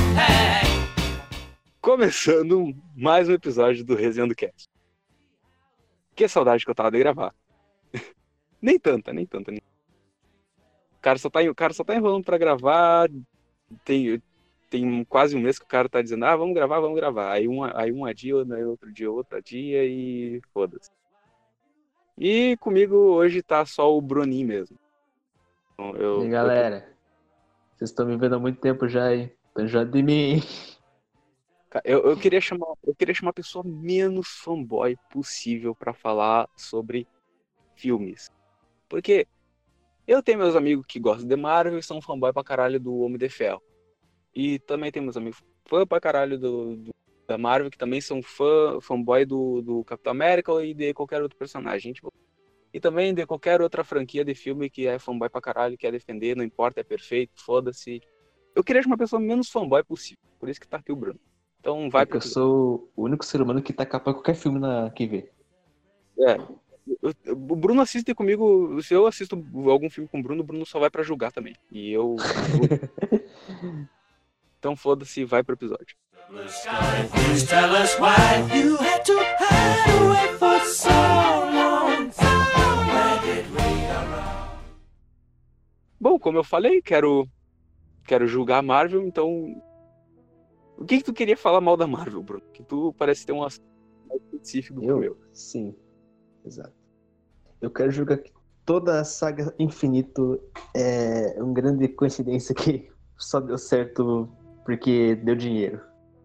Começando mais um episódio do Resenhando Cast. Que saudade que eu tava de gravar. Nem tanta. O cara só tá enrolando pra gravar. Tem quase um mês que o cara tá dizendo, vamos gravar. Aí um adia, aí outro dia e foda-se. E comigo hoje tá só o Bruninho mesmo. Então, E aí, galera, vocês estão me vendo há muito tempo já, hein? Tô enjoado de mim, hein? eu queria chamar a pessoa menos fanboy possível pra falar sobre filmes. Porque eu tenho meus amigos que gostam de Marvel e são fanboy pra caralho do Homem de Ferro. E também tem meus amigos fã pra caralho da Marvel, que também são fanboy do Capitão América e de qualquer outro personagem. Tipo, e também de qualquer outra franquia de filme que é fanboy pra caralho, quer defender, não importa, é perfeito, foda-se. Eu queria ser uma pessoa menos fanboy possível. Por isso que tá aqui o Bruno. Então É vai que pro eu episódio. sou o único ser humano que tá capa qualquer filme que vê. É. O Bruno assiste comigo. Se eu assisto algum filme com o Bruno só vai pra julgar também. E eu julgo. Então foda-se, vai pro episódio. Please tell us why you had to hide away for so long. Where did we go wrong? Bom, como eu falei, quero julgar a Marvel, então. O que tu queria falar mal da Marvel, Bruno? Que tu parece ter um assunto mais específico que o meu. Sim, exato. Eu quero julgar que toda a saga Infinito é uma grande coincidência que só deu certo porque deu dinheiro.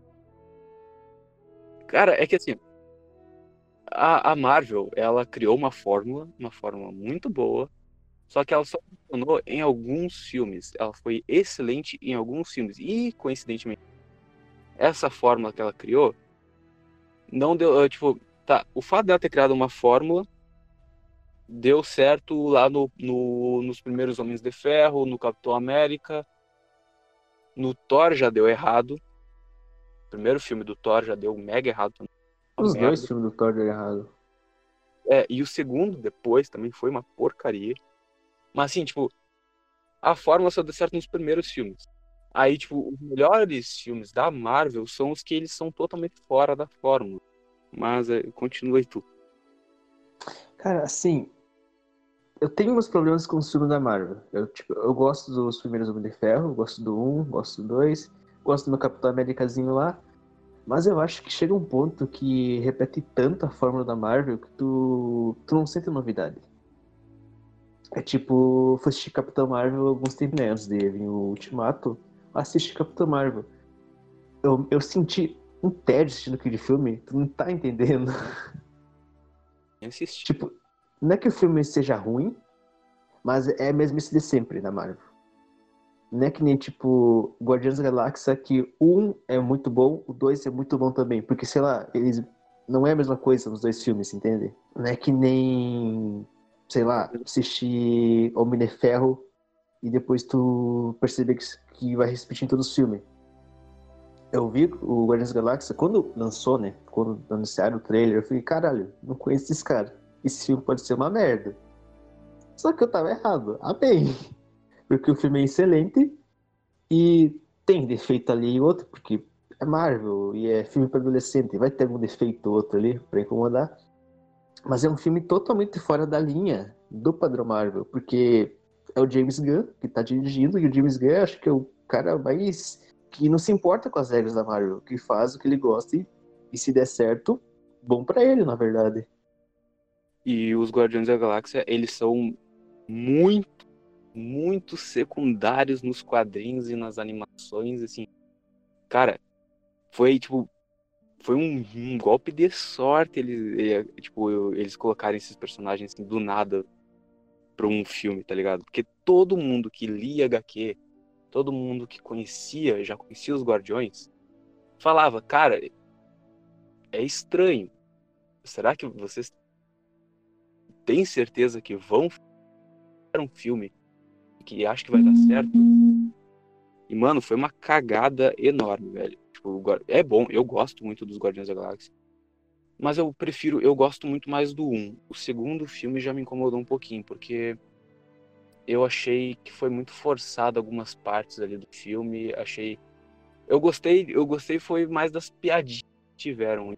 Cara, é que assim, a Marvel, ela criou uma fórmula muito boa, só que ela só funcionou em alguns filmes. Ela foi excelente em alguns filmes. E, coincidentemente, essa fórmula que ela criou não deu, tipo, tá, o fato dela ter criado uma fórmula deu certo lá nos primeiros Homens de Ferro, no Capitão América, no Thor já deu errado. O primeiro filme do Thor já deu mega errado também. Uma Os dois merda. filmes do Thor deram errado. E o segundo, depois, também foi uma porcaria. Mas assim, tipo, a fórmula só deu certo nos primeiros filmes. Aí, tipo, os melhores filmes da Marvel são os que eles são totalmente fora da fórmula. Mas continua aí tu. Cara, assim, eu tenho meus problemas com os filmes da Marvel. Eu gosto dos primeiros Homem de Ferro, gosto do 1, gosto do 2, gosto do meu Capitão Americazinho lá, mas eu acho que chega um ponto que repete tanto a fórmula da Marvel que tu não sente novidade. É tipo, fui assistir Capitão Marvel alguns tempos né, antes de vir o Ultimato, assisti Capitão Marvel. Eu senti um tédio assistindo aquele filme, tu não tá entendendo. Nem assisti. Tipo, não é que o filme seja ruim, mas é a mesmice de sempre na Marvel. Não é que nem, tipo, Guardiões da Galáxia, que um é muito bom, o dois é muito bom também. Porque, sei lá, eles não é a mesma coisa nos dois filmes, entende? Não é que nem, sei lá, assistir Homem de Ferro e depois tu perceber que vai repetir em todos os filmes. Eu vi o Guardiões da Galáxia, quando lançou, né? Quando anunciaram o trailer, eu falei, caralho, não conheço esse cara. Esse filme pode ser uma merda. Só que eu tava errado. Amei. Porque o filme é excelente e tem defeito ali e outro, porque é Marvel e é filme para adolescente, vai ter algum defeito ou outro ali para incomodar. Mas é um filme totalmente fora da linha do padrão Marvel, porque é o James Gunn que tá dirigindo, e o James Gunn acho que é o cara mais que não se importa com as regras da Marvel, que faz o que ele gosta e se der certo, bom para ele, na verdade. E os Guardiões da Galáxia, eles são muito, muito secundários nos quadrinhos e nas animações, assim. Cara, foi tipo, foi um golpe de sorte eles colocarem esses personagens assim, do nada pra um filme, tá ligado? Porque todo mundo que lia HQ, todo mundo que já conhecia os Guardiões, falava, cara, é estranho. Será que vocês têm certeza que vão fazer um filme que acho que vai dar certo? E, mano, foi uma cagada enorme, velho. Tipo, é bom, eu gosto muito dos Guardiões da Galáxia. Mas eu gosto muito mais do 1. O segundo filme já me incomodou um pouquinho, porque eu achei que foi muito forçado algumas partes ali do filme. Achei Eu gostei foi mais das piadinhas que tiveram.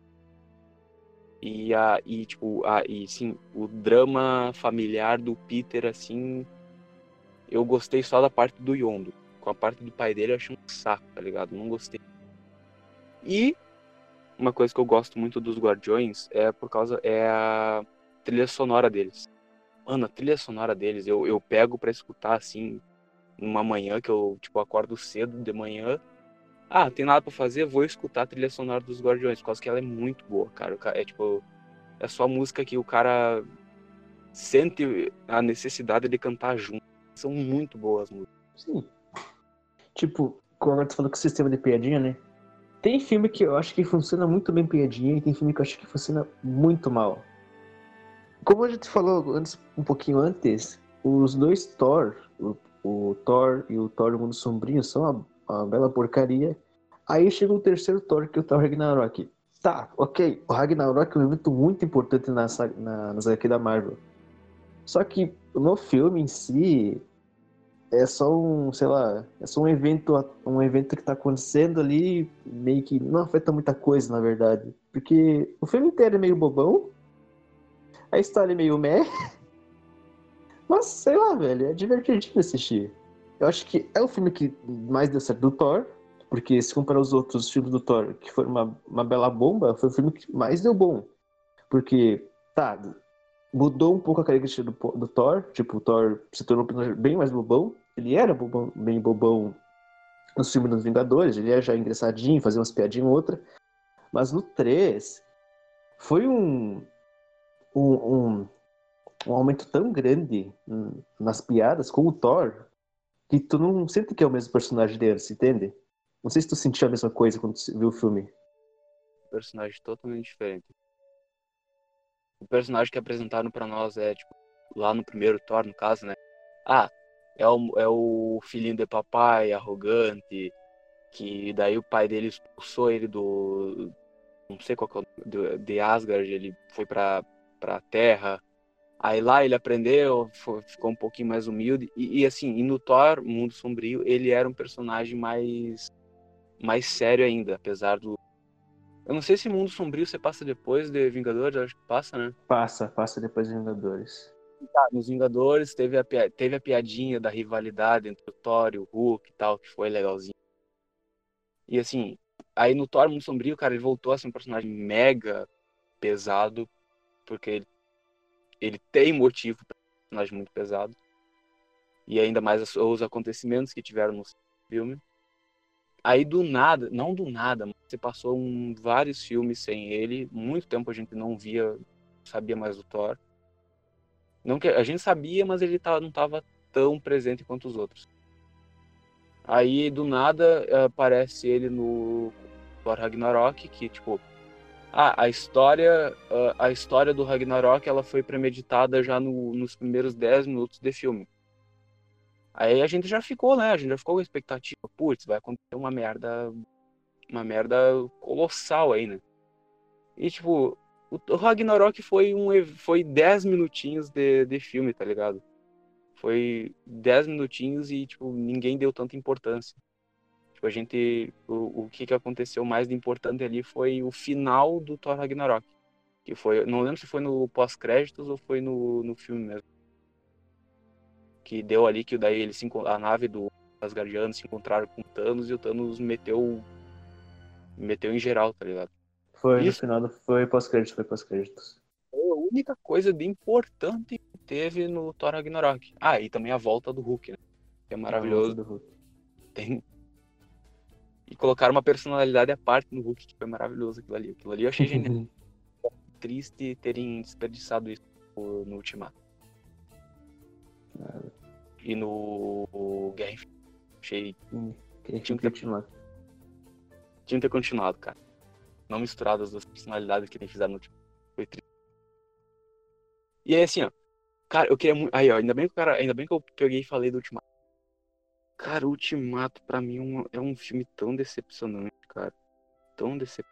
E sim, o drama familiar do Peter, assim, eu gostei só da parte do Yondo. Com a parte do pai dele eu achei um saco, tá ligado? Não gostei. E uma coisa que eu gosto muito dos Guardiões é a trilha sonora deles. Mano, a trilha sonora deles eu pego pra escutar assim numa manhã que eu tipo acordo cedo de manhã. Ah, tem nada pra fazer, vou escutar a trilha sonora dos Guardiões, por causa que ela é muito boa, cara. É tipo, é só música que o cara sente a necessidade de cantar junto. São muito boas as músicas. Sim. Tipo, como tu falou com o sistema de piadinha, né? Tem filme que eu acho que funciona muito bem piadinha e tem filme que eu acho que funciona muito mal. Como a gente falou antes, um pouquinho antes, os dois Thor, o Thor e o Thor do Mundo Sombrio são uma bela porcaria. Aí chega o terceiro Thor, que é o Thor Ragnarok. Tá, ok, o Ragnarok é um evento muito importante nas HQ da Marvel. Só que no filme em si, é só sei lá, é só um evento que tá acontecendo ali, meio que não afeta muita coisa, na verdade. Porque o filme inteiro é meio bobão, a história é meio meh, mas sei lá, velho, é divertidinho assistir. Eu acho que é o filme que mais deu certo do Thor, porque se comparar os outros filmes do Thor, que foram uma bela bomba, foi o filme que mais deu bom. Porque, tá, mudou um pouco a característica do Thor, tipo, o Thor se tornou um personagem bem mais bobão. Ele era bobão, bem bobão nos filmes dos Vingadores, ele era já engraçadinho, fazia umas piadinhas ou outra. Mas no 3 foi um, um, um aumento tão grande nas piadas com o Thor que tu não sente que é o mesmo personagem de antes, entende? Não sei se tu sentiu a mesma coisa quando tu viu o filme. Personagem totalmente diferente. O personagem que apresentaram pra nós é, tipo, lá no primeiro Thor, no caso, né? Ah, é o filhinho de papai, arrogante, que daí o pai dele expulsou ele do... Não sei qual que é de Asgard, ele foi pra Terra. Aí lá ele aprendeu, ficou um pouquinho mais humilde. Assim, e no Thor, Mundo Sombrio, ele era um personagem mais sério ainda, apesar do... Eu não sei se Mundo Sombrio você passa depois de Vingadores, eu acho que passa, né? Passa depois dos Vingadores. Tá, nos Vingadores teve a piadinha da rivalidade entre o Thor e o Hulk e tal, que foi legalzinho. E assim, aí no Thor Mundo Sombrio, cara, ele voltou a ser um personagem mega pesado, porque ele tem motivo para ser um personagem muito pesado. E ainda mais os acontecimentos que tiveram no filme. Aí do nada, não do nada, mas você passou vários filmes sem ele, muito tempo a gente não sabia mais do Thor. Não que a gente sabia, mas ele não estava tão presente quanto os outros. Aí do nada aparece ele no Thor Ragnarok, que tipo, a história do Ragnarok ela foi premeditada já nos primeiros 10 minutos de filme. Aí a gente já ficou, né? A gente já ficou com a expectativa, putz, vai acontecer uma merda colossal aí, né? E tipo, o Ragnarok foi 10 minutinhos de filme, tá ligado? Foi 10 minutinhos e, tipo, ninguém deu tanta importância. Tipo, o que aconteceu mais de importante ali foi o final do Thor Ragnarok. Que foi, não lembro se foi no pós-créditos ou foi no filme mesmo. Que deu ali que daí a nave do Asgardianos se encontraram com o Thanos e o Thanos meteu em geral, tá ligado? Foi no Isso final, foi pós-créditos. foi a única coisa de importante que teve no Thor Ragnarok. Ah, e também a volta do Hulk, né? Que é A volta maravilhoso. do Hulk. Tem... E colocaram uma personalidade à parte no Hulk, que foi maravilhoso aquilo ali. Aquilo ali eu achei genial. Triste terem desperdiçado isso no Ultimato. E no Guerra Infinita. Achei. Queria Tinha que que Ultimato. Tinha que ter continuado, cara. Não misturado as duas personalidades que nem fizeram no Ultimato. Foi triste. E aí, assim, ó. Cara, eu queria muito. Aí, ó, ainda bem que eu peguei e falei do Ultimato. Cara, o Ultimato, pra mim, é um filme tão decepcionante, cara. Tão decepcionante.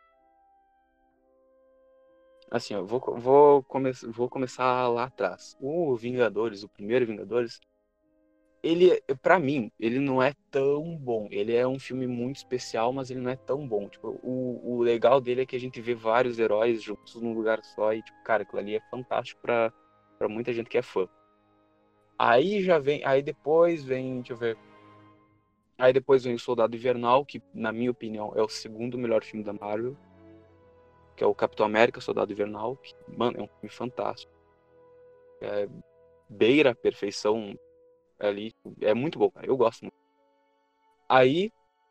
Assim, ó, vou começar lá atrás. O Vingadores, o primeiro Vingadores, ele, pra mim, ele não é tão bom. Ele é um filme muito especial, mas ele não é tão bom. Tipo, o legal dele é que a gente vê vários heróis juntos num lugar só e, tipo, cara, aquilo ali é fantástico pra muita gente que é fã. Aí já vem, aí depois vem, deixa eu ver. Aí depois vem o Soldado Invernal, que na minha opinião é o segundo melhor filme da Marvel, que é o Capitão América, Soldado Invernal, que, mano, é um filme fantástico. Beira a perfeição ali, é muito bom, cara. Eu gosto muito. Aí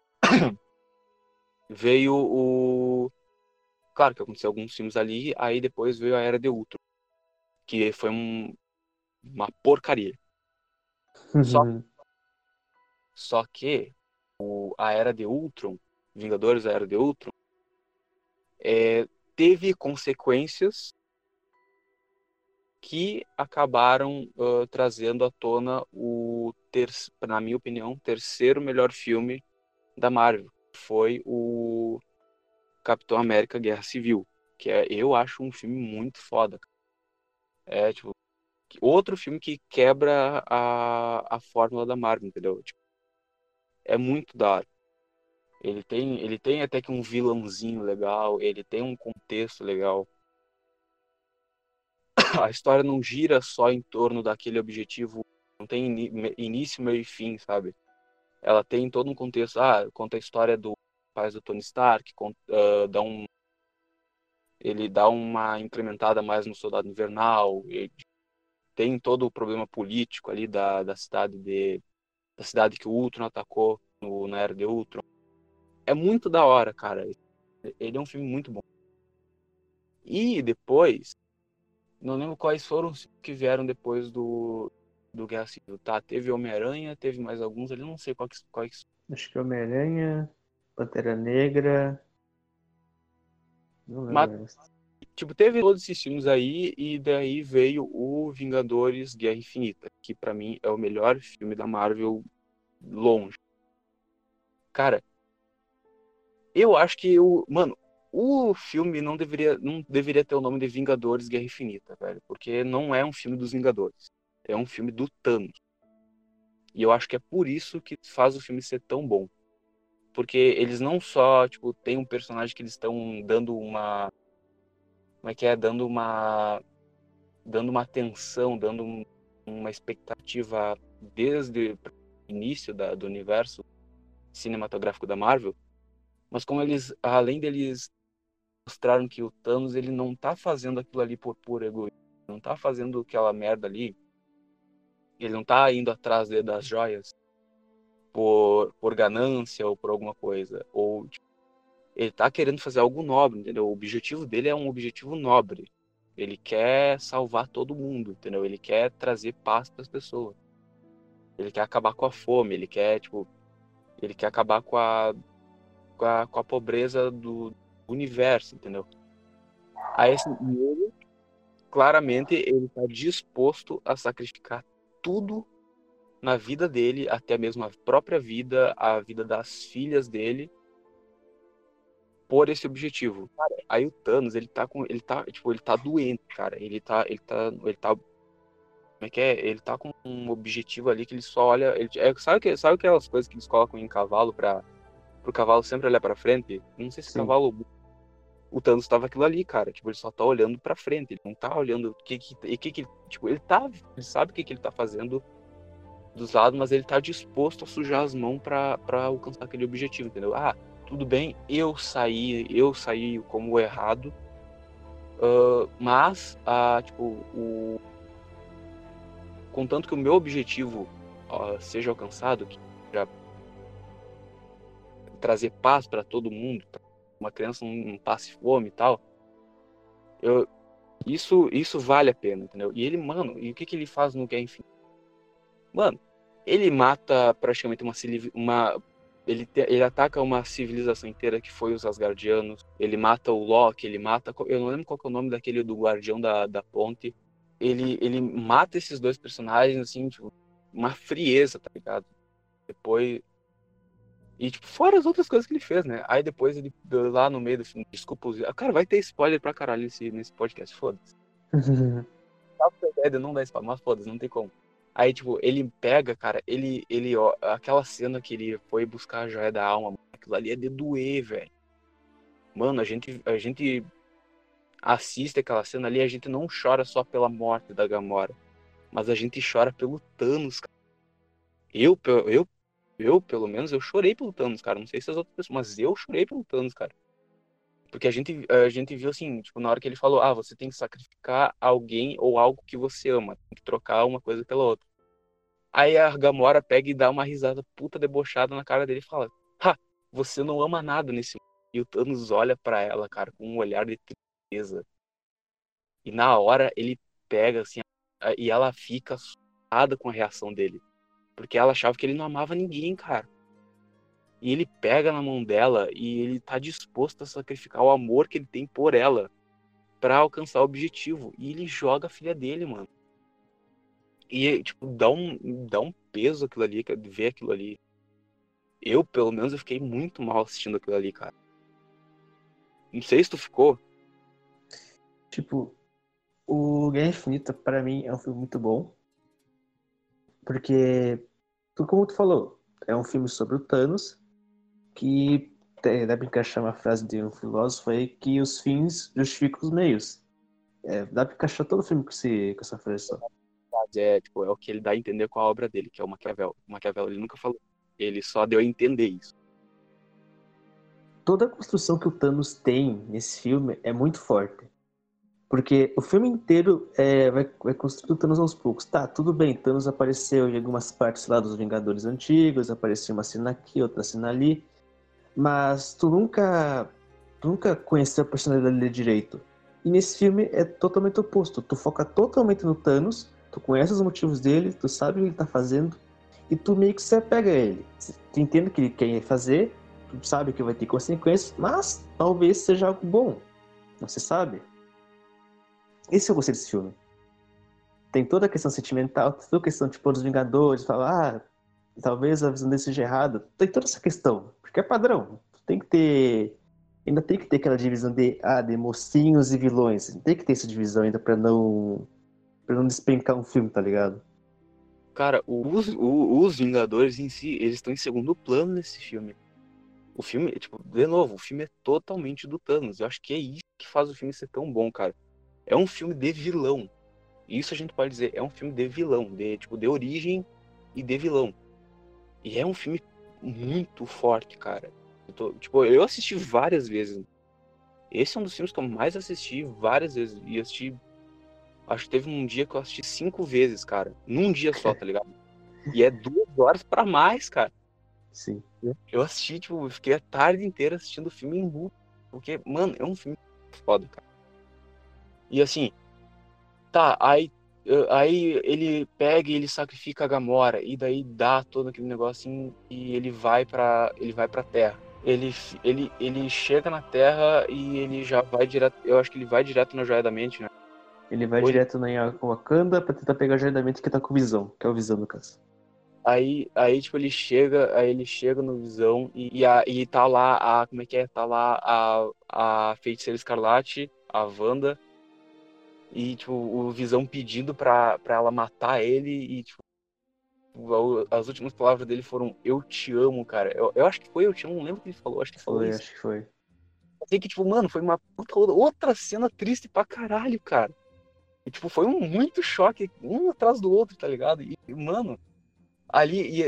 veio o... Claro que aconteceu alguns filmes ali, aí depois veio a Era de Ultron, que foi uma porcaria. Só, só que a Era de Ultron, Vingadores, a Era de Ultron, teve consequências que acabaram trazendo à tona na minha opinião, terceiro melhor filme da Marvel. Foi o Capitão América Guerra Civil, que eu acho um filme muito foda. É, tipo, outro filme que quebra a fórmula da Marvel, entendeu? Tipo, é muito da hora. Ele tem até que um vilãozinho legal, ele tem um contexto legal. A história não gira só em torno daquele objetivo, não tem início, meio e fim, sabe? Ela tem todo um contexto, conta a história do pai do Tony Stark, ele dá uma incrementada mais no Soldado Invernal, tem todo o problema político ali da cidade que o Ultron atacou na Era de Ultron. É muito da hora, cara. Ele é um filme muito bom. E depois, não lembro quais foram os que vieram depois do Guerra Civil, tá? Teve Homem-Aranha, teve mais alguns ali, não sei quais. Acho que Homem-Aranha, Pantera Negra. Não Mas, lembro mais. tipo, teve todos esses filmes aí, e daí veio o Vingadores Guerra Infinita, que pra mim é o melhor filme da Marvel longe. Cara, eu acho que o filme não deveria ter o nome de Vingadores Guerra Infinita, velho, porque não é um filme dos Vingadores. É um filme do Thanos. E eu acho que é por isso que faz o filme ser tão bom. Porque eles não só, tipo, tem um personagem que eles estão dando uma... Como é que é? Dando uma atenção, uma expectativa desde o início do universo cinematográfico da Marvel. Mas como eles, além deles mostraram que o Thanos, ele não tá fazendo aquilo ali por puro egoísmo, não tá fazendo aquela merda ali, ele não tá indo atrás das joias por ganância ou por alguma coisa, ou tipo, ele tá querendo fazer algo nobre, entendeu? O objetivo dele é um objetivo nobre. Ele quer salvar todo mundo, entendeu? Ele quer trazer paz para as pessoas. Ele quer acabar com a fome, ele quer acabar com a pobreza do universo, entendeu? Aí, assim, ele, claramente, ele tá disposto a sacrificar tudo na vida dele, até mesmo a própria vida, a vida das filhas dele, por esse objetivo. Cara, aí o Thanos, ele tá doente, cara. Como é que é? Ele tá com um objetivo ali que ele só olha, sabe aquelas coisas que eles colocam em cavalo pro cavalo sempre olhar pra frente? Não sei se Sim. o Thanos tava aquilo ali, cara. Tipo, ele só tá olhando pra frente, ele não tá olhando tipo, ele sabe o que ele tá fazendo dos lados, mas ele tá disposto a sujar as mãos pra alcançar aquele objetivo, entendeu? Tudo bem, eu saí como errado, mas, tipo, contanto que o meu objetivo seja alcançado, que já trazer paz pra todo mundo, pra uma criança não passe fome e tal, isso vale a pena, entendeu? E ele, mano, e o que ele faz no Guerra Infinita? Mano, ele mata praticamente ele ataca uma civilização inteira que foi os Asgardianos. Ele mata o Loki, eu não lembro qual que é o nome daquele do Guardião da Ponte. Ele mata esses dois personagens, assim, tipo, uma frieza, tá ligado? Depois... E, tipo, fora as outras coisas que ele fez, né? Aí depois ele, lá no meio do filme, desculpa, cara, vai ter spoiler pra caralho nesse podcast, foda-se. Tava com a ideia de não dar spoiler, mas foda-se, não tem como. Aí, tipo, ele pega, cara, ó, aquela cena que ele foi buscar a joia da alma, aquilo ali é de doer, velho. Mano, a gente assiste aquela cena ali, a gente não chora só pela morte da Gamora, mas a gente chora pelo Thanos, cara. Eu, pe- eu, pelo menos, eu chorei pelo Thanos, cara. Não sei se as outras pessoas, mas eu chorei pelo Thanos, cara. Porque a gente viu assim, tipo, na hora que ele falou, você tem que sacrificar alguém ou algo que você ama, tem que trocar uma coisa pela outra. Aí a Gamora pega e dá uma risada puta debochada na cara dele e fala: Ha, você não ama nada nesse mundo. E o Thanos olha pra ela, cara, com um olhar de tristeza. E na hora ele pega, assim, e ela fica assustada com a reação dele. Porque ela achava que ele não amava ninguém, cara. E ele pega na mão dela e ele tá disposto a sacrificar o amor que ele tem por ela pra alcançar o objetivo. E ele joga a filha dele, mano. E, tipo, dá um peso aquilo ali, ver aquilo ali. Eu, pelo menos, eu fiquei muito mal assistindo aquilo ali, cara. Não sei se tu ficou. Tipo, o Guerra Infinita, pra mim, é um filme muito bom. Porque, como tu falou, é um filme sobre o Thanos, que dá pra encaixar uma frase de um filósofo aí, que os fins justificam os meios. Dá pra encaixar todo o filme com essa frase só. Tipo, é o que ele dá a entender com a obra dele, que é o Maquiavel. O Maquiavel, ele nunca falou. Ele só deu a entender isso. Toda a construção que o Thanos tem nesse filme é muito forte. Porque o filme inteiro vai construindo o Thanos aos poucos. Tá, tudo bem, Thanos apareceu em algumas partes lá dos Vingadores Antigos, apareceu uma cena aqui, outra cena ali, mas tu nunca conheceu a personalidade dele direito. E nesse filme é totalmente oposto. Tu foca totalmente no Thanos, tu conhece os motivos dele, tu sabe o que ele tá fazendo, e tu meio que se apega a ele. Tu entende o que ele quer fazer, tu sabe que vai ter consequências, mas talvez seja algo bom. Não se sabe. Esse eu gostei desse filme. Tem toda a questão sentimental, toda a questão tipo dos Vingadores, falar, talvez a visão dele seja errada. Tem toda essa questão, porque é padrão. Tem que ter. Ainda tem que ter aquela divisão de mocinhos e vilões. Tem que ter essa divisão ainda pra não despencar um filme, tá ligado? Cara, os Vingadores em si, eles estão em segundo plano nesse filme. O filme, tipo, de novo, o filme é totalmente do Thanos. Eu acho que é isso que faz o filme ser tão bom, cara. É um filme de vilão. Isso a gente pode dizer, é um filme de vilão, de origem e de vilão. E é um filme muito forte, cara. Eu assisti várias vezes. Esse é um dos filmes que eu mais assisti várias vezes. E assisti. Acho que teve um dia que eu assisti 5 vezes, cara. Num dia só, tá ligado? E é 2 horas pra mais, cara. Sim. Eu assisti, tipo, eu fiquei a tarde inteira assistindo o filme em loop. Porque, mano, é um filme foda, cara. E assim, tá, aí ele pega e ele sacrifica a Gamora. E daí dá todo aquele negocinho e ele vai pra Terra. Ele chega na Terra e ele já vai direto. Eu acho que ele vai direto na Joia da Mente, né? Ele vai Ou ele- direto na Wakanda pra tentar pegar o Joia da Mente que tá com Visão, que é o Visão no caso. Aí, tipo, ele chega no Visão e tá lá como é que é? Tá lá a Feiticeira Escarlate, a Wanda, e, tipo, o Visão pedindo pra ela matar ele e, tipo, as últimas palavras dele foram eu te amo, cara. Eu acho que foi eu te amo, não lembro o que ele falou, acho que ele falou Foi, isso. acho que foi. Sei que, tipo, mano, foi uma outra cena triste pra caralho, cara. E, tipo, foi muito choque, um atrás do outro, tá ligado? Mano, ali,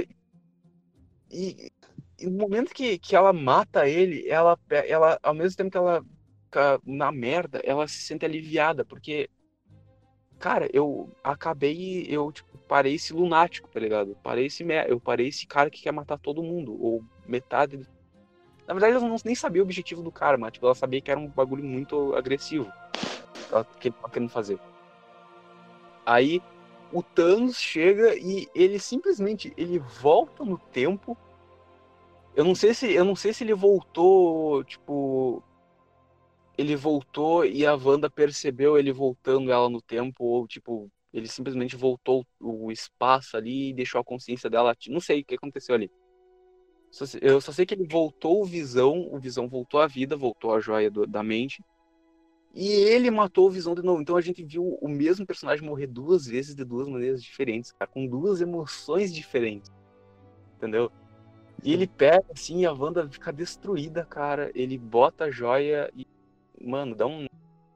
e no momento que ela mata ele, ela, ao mesmo tempo que ela fica na merda, ela se sente aliviada, porque, cara, tipo, parei esse lunático, tá ligado? Eu parei esse cara que quer matar todo mundo, ou metade. Na verdade, ela não nem sabia o objetivo do cara, mas, tipo, ela sabia que era um bagulho muito agressivo que ele tava querendo fazer. Aí, o Thanos chega e ele simplesmente, ele volta no tempo. Eu não sei se ele voltou, tipo, ele voltou e a Wanda percebeu ele voltando ela no tempo, ou, tipo, ele simplesmente voltou o espaço ali e deixou a consciência dela. Não sei o que aconteceu ali. Eu só sei que ele voltou o Visão voltou à vida, voltou à joia da mente. E ele matou o Visão de novo. Então a gente viu o mesmo personagem morrer 2 vezes de 2 maneiras diferentes, cara, com 2 emoções diferentes. Entendeu? E ele pega, assim, e a Wanda fica destruída, cara. Ele bota a joia e, mano, dá um...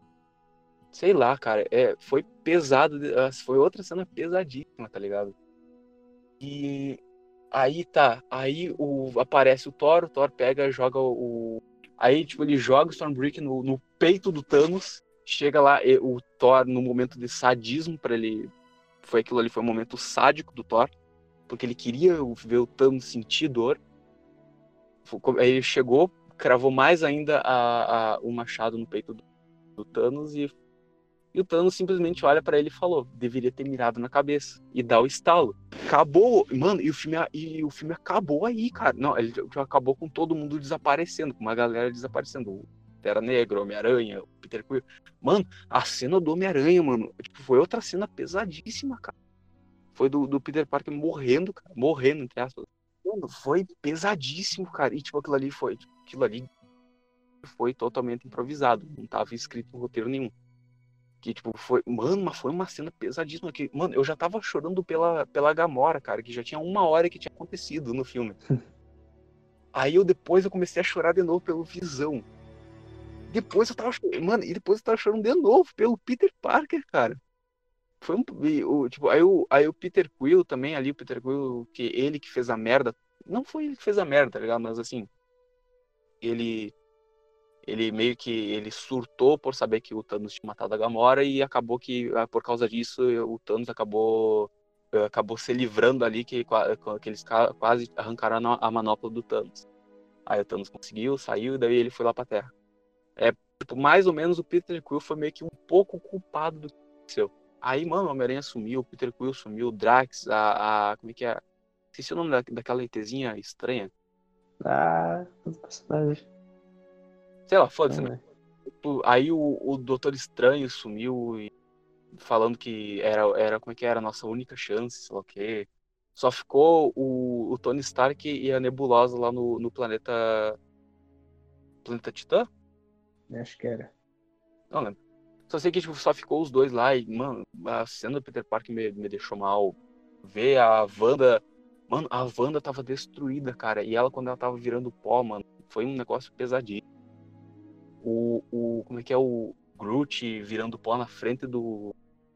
Sei lá, cara. Foi pesado. Foi outra cena pesadíssima, tá ligado? E aí tá. Aí aparece o Thor pega, joga o... Aí, tipo, ele joga o Stormbreaker no peito do Thanos. Chega lá, o Thor, no momento de sadismo pra ele... Foi aquilo ali, foi um momento sádico do Thor. Porque ele queria ver o Thanos sentir dor. Aí ele chegou, cravou mais ainda o machado no peito do Thanos e o Thanos simplesmente olha pra ele e falou: deveria ter mirado na cabeça e dá o estalo. Acabou, mano, e o filme acabou aí, cara. Não, ele já acabou com todo mundo desaparecendo, com uma galera desaparecendo. O Pantera Negra, o Homem-Aranha, o Peter Quill. Mano, a cena do Homem-Aranha, mano, tipo, foi outra cena pesadíssima, cara. Foi do Peter Parker morrendo, cara. Morrendo, entre aspas. Mano, foi pesadíssimo, cara. E, tipo, aquilo ali foi totalmente improvisado. Não tava escrito em roteiro nenhum. Que, tipo, mano, mas foi uma cena pesadíssima. Que, mano, eu já tava chorando pela Gamora, cara, que já tinha 1 hora que tinha acontecido no filme. Aí depois eu comecei a chorar de novo pelo Visão. Depois eu tava chorando, mano, e depois eu tava chorando de novo pelo Peter Parker, cara. Foi tipo, aí o Peter Quill também ali, o Peter Quill, que ele que fez a merda. Não foi ele que fez a merda, tá ligado? Mas assim, ele meio que ele surtou por saber que o Thanos tinha matado a Gamora e acabou que, por causa disso, o Thanos acabou se livrando ali, que eles quase arrancaram a manopla do Thanos. Aí o Thanos conseguiu, saiu, e daí ele foi lá pra Terra. Tipo, mais ou menos o Peter Quill foi meio que um pouco culpado do que aconteceu. Aí, mano, o Homem-Aranha sumiu, o Peter Quill sumiu, o Drax, como é que é? Esqueci o nome daquela ETzinha estranha. Os personagens. Sei lá, foda-se, né? Não é. Aí o Doutor Estranho sumiu, falando que era como é que era a nossa única chance, sei lá o quê. Só ficou o Tony Stark e a Nebulosa lá no planeta Titã? Acho que era. Não lembro. Só sei que tipo, só ficou os dois lá e, mano, a cena do Peter Parker me deixou mal. Ver a Wanda... Mano, a Wanda tava destruída, cara. E ela, quando ela tava virando pó, mano, foi um negócio pesadinho. Como é que é o Groot virando pó na frente do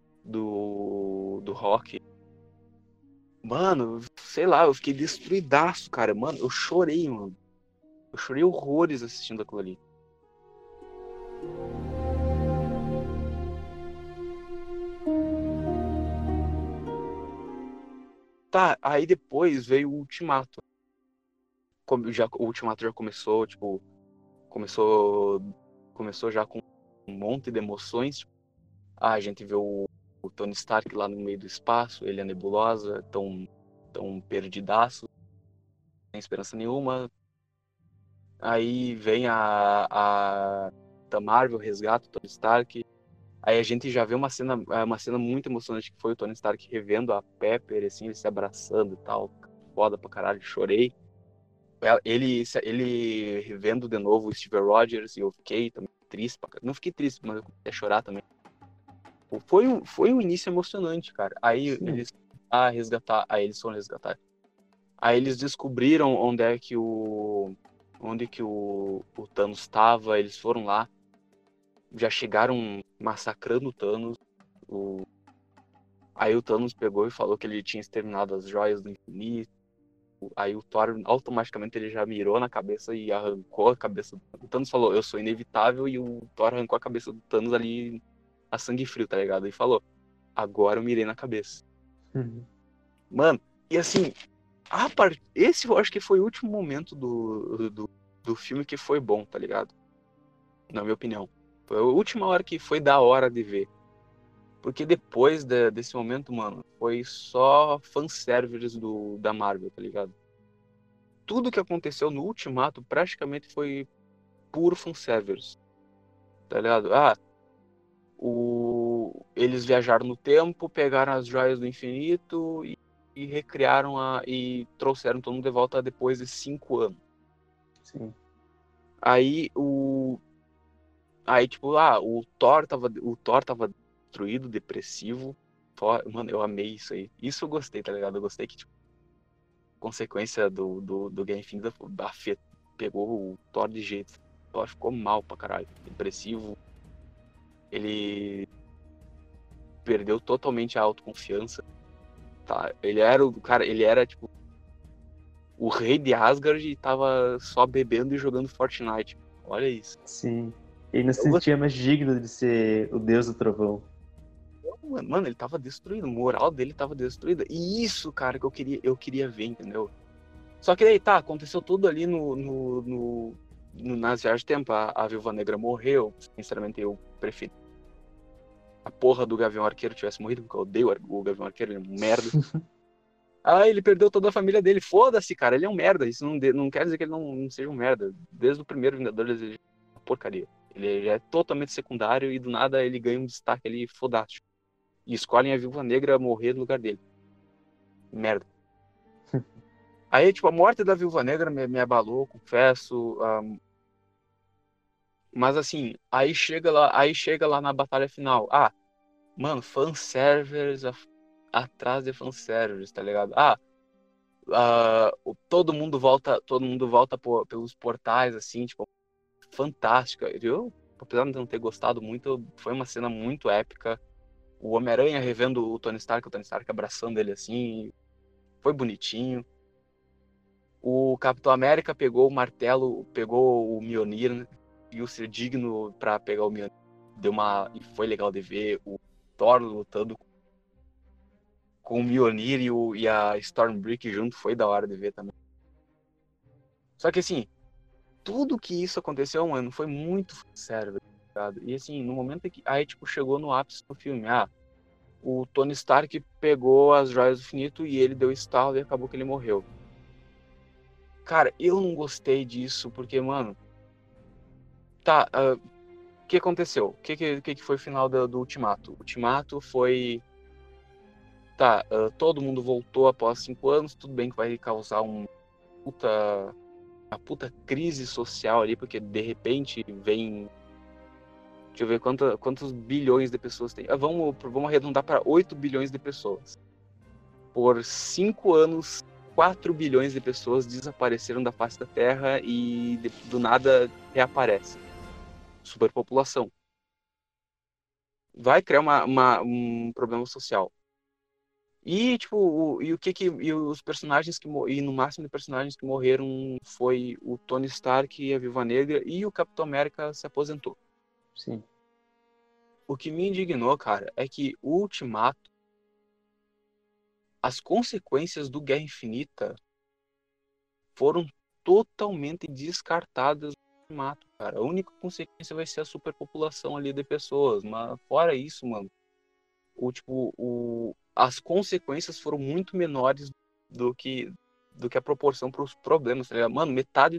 Rock. Mano, sei lá, eu fiquei destruidaço, cara. Mano, eu chorei, mano. Eu chorei horrores assistindo aquilo ali. Tá, aí depois veio o Ultimato. O Ultimato já começou, tipo, começou já com um monte de emoções. Tipo, a gente vê o Tony Stark lá no meio do espaço, ele e a Nebulosa, tão perdidaço, sem esperança nenhuma. Aí vem da Marvel, resgata o Tony Stark. Aí a gente já vê uma cena muito emocionante, que foi o Tony Stark revendo a Pepper, assim, eles se abraçando e tal. Foda pra caralho, chorei. Ele revendo de novo o Steve Rogers, e eu fiquei também triste pra caralho. Não fiquei triste, mas eu comecei a chorar também. Foi um início emocionante, cara. Aí eles foram resgatar. Aí eles descobriram onde que o Thanos estava, eles foram lá, já chegaram massacrando o Thanos. Aí o Thanos pegou e falou que ele tinha exterminado as joias do infinito. Aí o Thor automaticamente ele já mirou na cabeça e arrancou a cabeça. O Thanos falou: eu sou inevitável, e o Thor arrancou a cabeça do Thanos ali a sangue frio, tá ligado? E falou: agora eu mirei na cabeça. Mano, e assim, esse eu acho que foi o último momento do filme que foi bom, tá ligado? Na minha opinião. Foi a última hora que foi da hora de ver. Porque depois desse momento, mano, foi só fanservice da Marvel, tá ligado? Tudo que aconteceu no Ultimato praticamente foi puro fanservice, tá ligado? Eles viajaram no tempo, pegaram as joias do infinito e recriaram e trouxeram todo mundo de volta depois de 5 anos. Sim. Aí Aí, tipo, o Thor tava destruído, depressivo. Mano, eu amei isso aí. Isso eu gostei, tá ligado? Eu gostei que, tipo, consequência do Game Things pegou o Thor de jeito. O Thor ficou mal pra caralho. Depressivo. Ele perdeu totalmente a autoconfiança. Tá? Ele era, tipo, o rei de Asgard e tava só bebendo e jogando Fortnite. Olha isso. Sim. Ele não se Eu gostei. sentia mais digno de ser o deus do trovão. Mano, ele tava destruído. A moral dele tava destruída. E isso, cara, que eu queria ver, entendeu? Só que daí, tá, aconteceu tudo ali nas viagens de tempo. A Viúva Negra morreu. Sinceramente, eu preferi a porra do Gavião Arqueiro tivesse morrido, porque eu odeio o Gavião Arqueiro, ele é um merda. Ah, ele perdeu toda a família dele. Foda-se, cara, ele é um merda. Isso não quer dizer que ele não seja um merda. Desde o primeiro Vingadores, ele é uma porcaria. Ele é totalmente secundário e do nada ele ganha um destaque ali fodástico. E escolhem a Viúva Negra morrer no lugar dele. Merda. Aí, tipo, a morte da Viúva Negra me abalou, confesso. Mas assim, aí chega lá na batalha final. Ah, mano, fanservice atrás de fanservice, tá ligado? Todo mundo volta pelos portais, assim, tipo, fantástica. Eu, apesar de não ter gostado muito, foi uma cena muito épica. O Homem-Aranha revendo o Tony Stark abraçando ele assim, foi bonitinho. O Capitão América pegou o martelo, pegou o Mjolnir, né? Viu ser digno pra pegar o Mjolnir. E foi legal de ver o Thor lutando com o Mjolnir e a Stormbreaker junto, foi da hora de ver também. Só que assim, tudo que isso aconteceu, mano, foi muito sério, tá ligado? E assim, no momento que aí tipo chegou no ápice do filme, o Tony Stark pegou as joias do infinito e ele deu estalo e acabou que ele morreu. Cara, eu não gostei disso porque, mano, tá, o que aconteceu? O que foi o final do Ultimato? O Ultimato foi, tá, todo mundo voltou após 5 anos, tudo bem que vai causar puta, uma puta crise social ali, porque de repente vem. Deixa eu ver quantos bilhões de pessoas tem. Vamos arredondar para 8 bilhões de pessoas. Por 5 anos, 4 bilhões de pessoas desapareceram da face da Terra e do nada reaparecem. Superpopulação. Vai criar um problema social. E, tipo, e os personagens e no máximo de personagens que morreram foi o Tony Stark e a Viúva Negra e o Capitão América se aposentou. Sim. O que me indignou, cara, é que o Ultimato, as consequências do Guerra Infinita foram totalmente descartadas no Ultimato, cara. A única consequência vai ser a superpopulação ali de pessoas, mas fora isso, mano, as consequências foram muito menores do que a proporção para os problemas, tá ligado? Mano, metade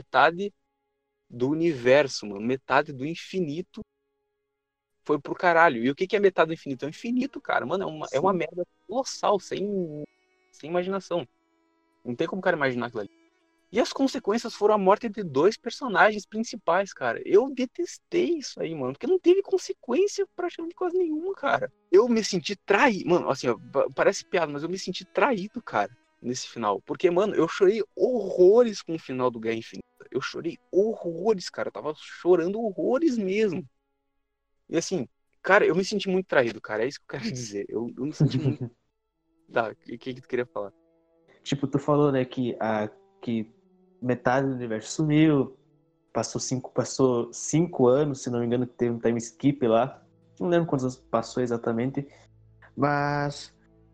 do universo, mano, metade do infinito foi pro caralho. E o que é metade do infinito? É o infinito, cara. Mano, é uma Sim. merda colossal, sem imaginação. Não tem como o cara imaginar aquilo ali. E as consequências foram a morte de 2 personagens principais, cara. Eu detestei isso aí, mano. Porque não teve consequência praticamente quase nenhuma, cara. Eu me senti traído. Mano, assim, ó, parece piada, mas eu me senti traído, cara, nesse final. Porque, mano, eu chorei horrores com o final do Guerra Infinita. Eu chorei horrores, cara. Eu tava chorando horrores mesmo. E assim, cara, eu me senti muito traído, cara. É isso que eu quero dizer. Eu me senti muito. Tá, o que tu queria falar? Tipo, tu falou, né, que metade do universo sumiu, passou 5 anos, se não me engano, que teve um time skip lá. Não lembro quantos anos passou exatamente. Mas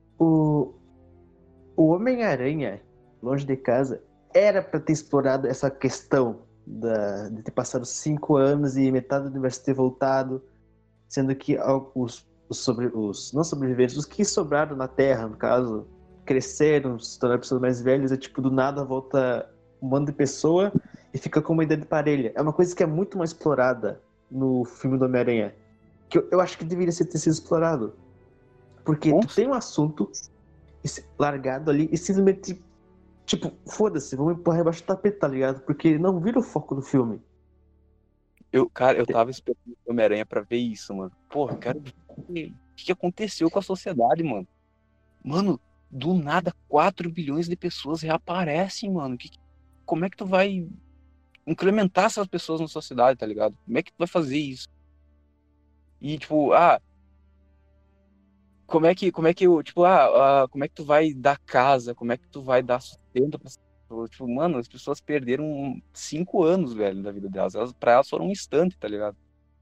o Homem-Aranha, longe de casa, era pra ter explorado essa questão de ter passado 5 anos e metade do universo ter voltado, sendo que os não sobreviventes, os que sobraram na Terra, no caso, cresceram, se tornaram pessoas mais velhas, é tipo, do nada volta um monte de pessoa e fica com uma idade parelha. É uma coisa que é muito mais explorada no filme do Homem-Aranha, que eu acho que deveria ter sido explorado. Porque tu tem um assunto largado ali e simplesmente, tipo, foda-se, vamos empurrar embaixo do tapete, tá ligado? Porque não vira o foco do filme. Cara, eu tava esperando o Homem-Aranha pra ver isso, mano. Porra, eu quero ver o que aconteceu com a sociedade, mano. Mano, do nada 4 bilhões de pessoas reaparecem, mano. Como é que tu vai incrementar essas pessoas na sociedade, tá ligado? Como é que tu vai fazer isso? E, tipo, como é que tu vai dar casa? Como é que tu vai dar sustento pra essas pessoas? Tipo, mano, as pessoas perderam 5 anos, velho, da vida delas. Pra elas foram um instante, tá ligado?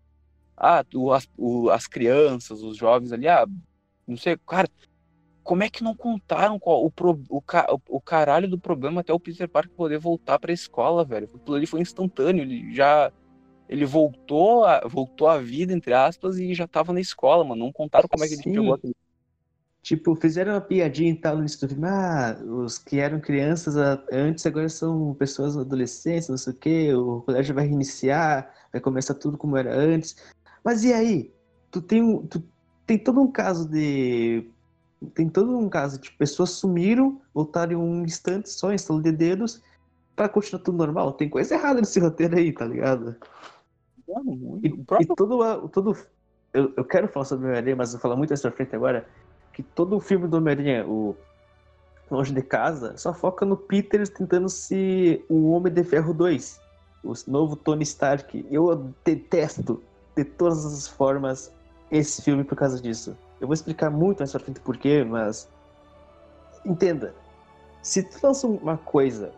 As crianças, os jovens ali, não sei, cara, como é que não contaram o caralho do problema até o Peter Parker poder voltar pra escola, velho? Aquilo ali foi instantâneo, ele voltou à vida, entre aspas, e já tava na escola, mano. Não contaram como é que ele chegou Sim. aqui. Tipo, fizeram uma piadinha e tal no início do filme. Os que eram crianças antes agora são pessoas adolescentes, não sei o quê. O colégio vai reiniciar, vai começar tudo como era antes. Mas e aí? Tu tem todo um caso de. Tem todo um caso de pessoas sumiram, voltaram em um instante só, instalo de dedos, pra continuar tudo normal. Tem coisa errada nesse roteiro aí, tá ligado? Mano, muito. E, O e próprio. todo. Eu quero falar sobre o Homem-Aranha, mas eu vou falar muito mais pra frente agora. Que todo o filme do Homem-Aranha, o Longe de Casa, só foca no Peter tentando ser o Homem de Ferro 2, o novo Tony Stark. Eu detesto, de todas as formas, esse filme por causa disso. Eu vou explicar muito mais pra frente por quê, mas entenda. Se tu lança uma coisa,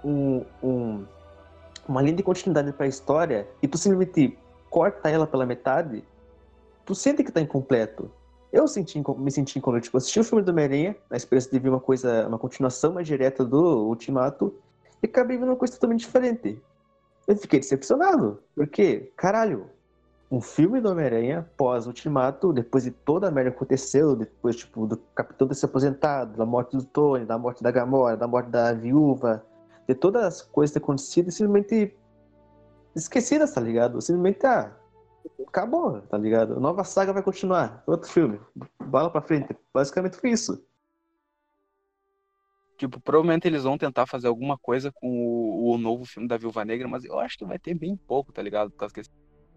uma linha de continuidade pra história, e tu simplesmente corta ela pela metade, tu sente que tá incompleto. Me senti incompleto. Tipo, assisti o filme do Homem-Aranha, na esperança de ver uma continuação mais direta do Ultimato, e acabei vendo uma coisa totalmente diferente. Eu fiquei decepcionado, porque, caralho, um filme do Homem-Aranha pós-Ultimato, depois de toda a merda que aconteceu, depois, tipo, do Capitão ter se aposentado, da morte do Tony, da morte da Gamora, da morte da Viúva, de todas as coisas que acontecido, e simplesmente esquecidas, tá ligado? Simplesmente, acabou, tá ligado? A nova saga vai continuar. Outro filme. Bala pra frente. Basicamente foi isso. Tipo, provavelmente eles vão tentar fazer alguma coisa com o novo filme da Viúva Negra, mas eu acho que vai ter bem pouco, tá ligado? Por causa que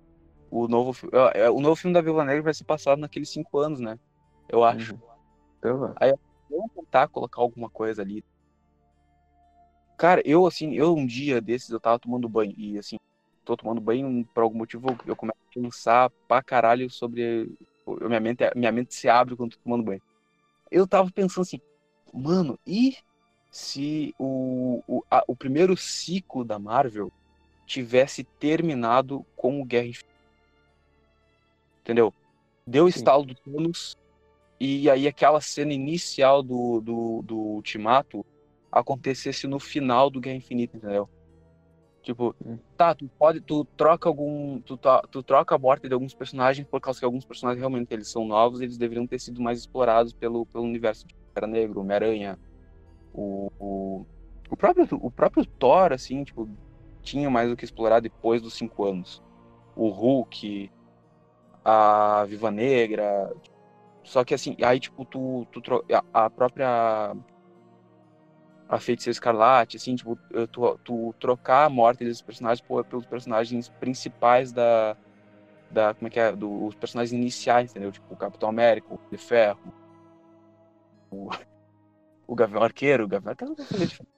o novo filme da Viúva Negra vai ser passado naqueles 5 anos, né? Eu acho. Então, Aí eu vou tentar colocar alguma coisa ali. Cara, eu um dia desses eu tava tomando banho e assim, tô tomando banho, por algum motivo eu começo a pensar pra caralho sobre. Minha mente se abre quando tô tomando banho. Eu tava pensando assim, mano, e se o primeiro ciclo da Marvel tivesse terminado com o Guerra Infinita? Entendeu? Deu o sim. estalo do Thanos, e aí aquela cena inicial do Ultimato acontecesse no final do Guerra Infinita, entendeu? Tipo, tá, tu troca tu troca a morte de alguns personagens por causa que alguns personagens realmente eles são novos, eles deveriam ter sido mais explorados pelo universo de Pantera Negra, Homem-Aranha, o, o, o próprio Thor, assim, tipo, tinha mais o que explorar depois dos 5 anos. O Hulk, a Viúva Negra, só que assim, aí tipo, a própria a Feiticeira Escarlate, assim, tipo, tu trocar a morte desses personagens pelos personagens principais como é que é, dos personagens iniciais, entendeu? Tipo, o Capitão América, o de Ferro, o Gavião Arqueiro, não vai fazer diferença.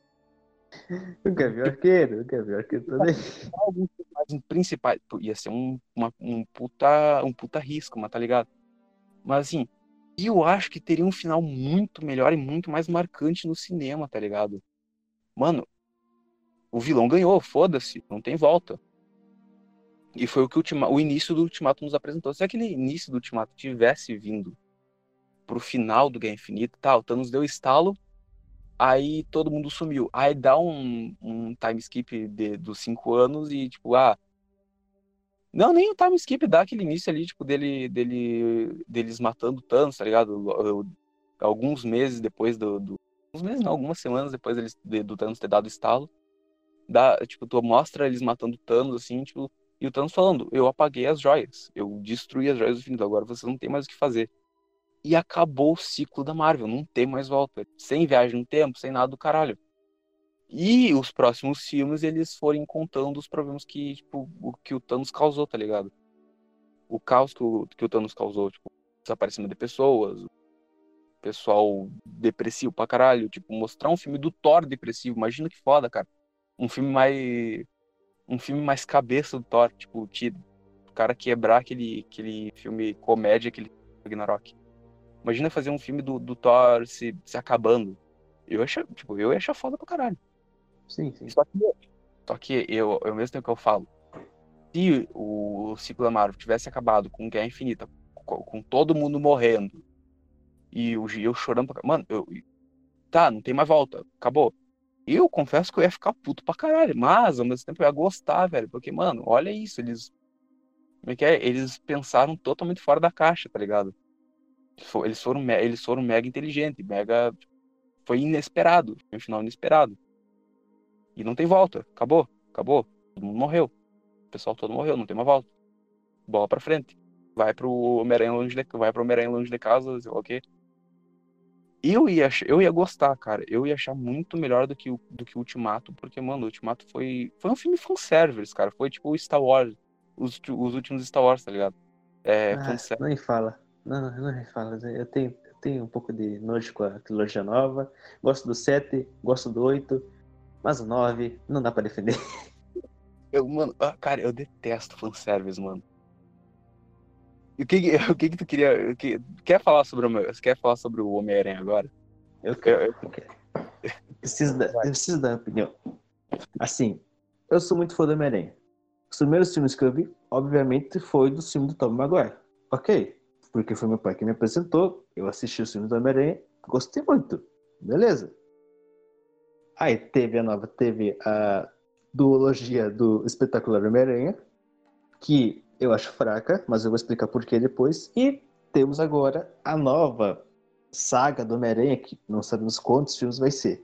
O Gavião Arqueiro também. Alguns personagens principais, ia ser um puta risco, mas tá ligado? Mas assim, eu acho que teria um final muito melhor e muito mais marcante no cinema, tá ligado? Mano, o vilão ganhou, foda-se, não tem volta. E foi o que o início do Ultimato nos apresentou. Se aquele início do Ultimato tivesse vindo pro final do Guerra Infinita, tá, o Thanos deu estalo, aí todo mundo sumiu. Aí dá um time skip dos 5 anos e, tipo, não, nem o time skip dá aquele início ali, tipo, deles matando o Thanos, tá ligado? Alguns meses depois Alguns meses não, algumas semanas depois do Thanos ter dado o estalo. Tipo, tu mostra eles matando o Thanos, assim, tipo, e o Thanos falando, eu apaguei as joias, eu destruí as joias do infinito, agora você não tem mais o que fazer. E acabou o ciclo da Marvel, não tem mais volta. Sem viagem no tempo, sem nada do caralho. E os próximos filmes, eles forem contando os problemas que, tipo, que o Thanos causou, tá ligado? O caos que o Thanos causou, tipo, desaparecimento de pessoas, pessoal depressivo pra caralho, tipo, mostrar um filme do Thor depressivo, imagina que foda, cara. Um filme mais um filme mais cabeça do Thor, tipo, o cara quebrar aquele filme comédia, aquele Ragnarok. Imagina fazer um filme do Thor se acabando. Eu ia achar foda pra caralho. Sim, sim. Só que eu, ao mesmo tempo que eu falo, se o ciclo da Marvel tivesse acabado com Guerra Infinita, com todo mundo morrendo, e eu chorando pra caralho, mano, tá, não tem mais volta, acabou. Eu confesso que eu ia ficar puto pra caralho, mas ao mesmo tempo eu ia gostar, velho, porque, mano, olha isso, como é que é? Eles pensaram totalmente fora da caixa, tá ligado? Eles foram mega inteligentes, mega, foi inesperado, foi um final inesperado. E não tem volta, acabou, todo mundo morreu, o pessoal todo morreu, não tem mais volta. Bola pra frente. Vai pro Homem-Aranha longe de casa, sei lá o quê. Eu ia gostar, cara. Eu ia achar muito melhor do que o Ultimato, porque, mano, o Ultimato foi um filme fanservice, cara. Foi tipo o Star Wars, os últimos Star Wars, tá ligado? É, Ah, fanservice. não me fala. Não, não me fala. Eu tenho um pouco de nojo com a trilogia nova. Gosto do 7, gosto do 8, mas o 9 não dá pra defender. Mano, cara, eu detesto fanservice, mano. E o que tu queria. Você quer falar sobre o Homem-Aranha agora? Eu Eu- quero, eu- eu quero. Eu vai. preciso dar opinião. Assim, eu sou muito fã do Homem-Aranha. Os primeiros filmes que eu vi, obviamente, foi do filme do Tom Maguire. Ok, porque foi meu pai que me apresentou, eu assisti os filmes do Homem-Aranha, gostei muito. Beleza. Aí teve a duologia do Espetacular Homem-Aranha, que eu acho fraca, mas eu vou explicar por que depois. E temos agora a nova saga do Homem-Aranha, que não sabemos quantos filmes vai ser.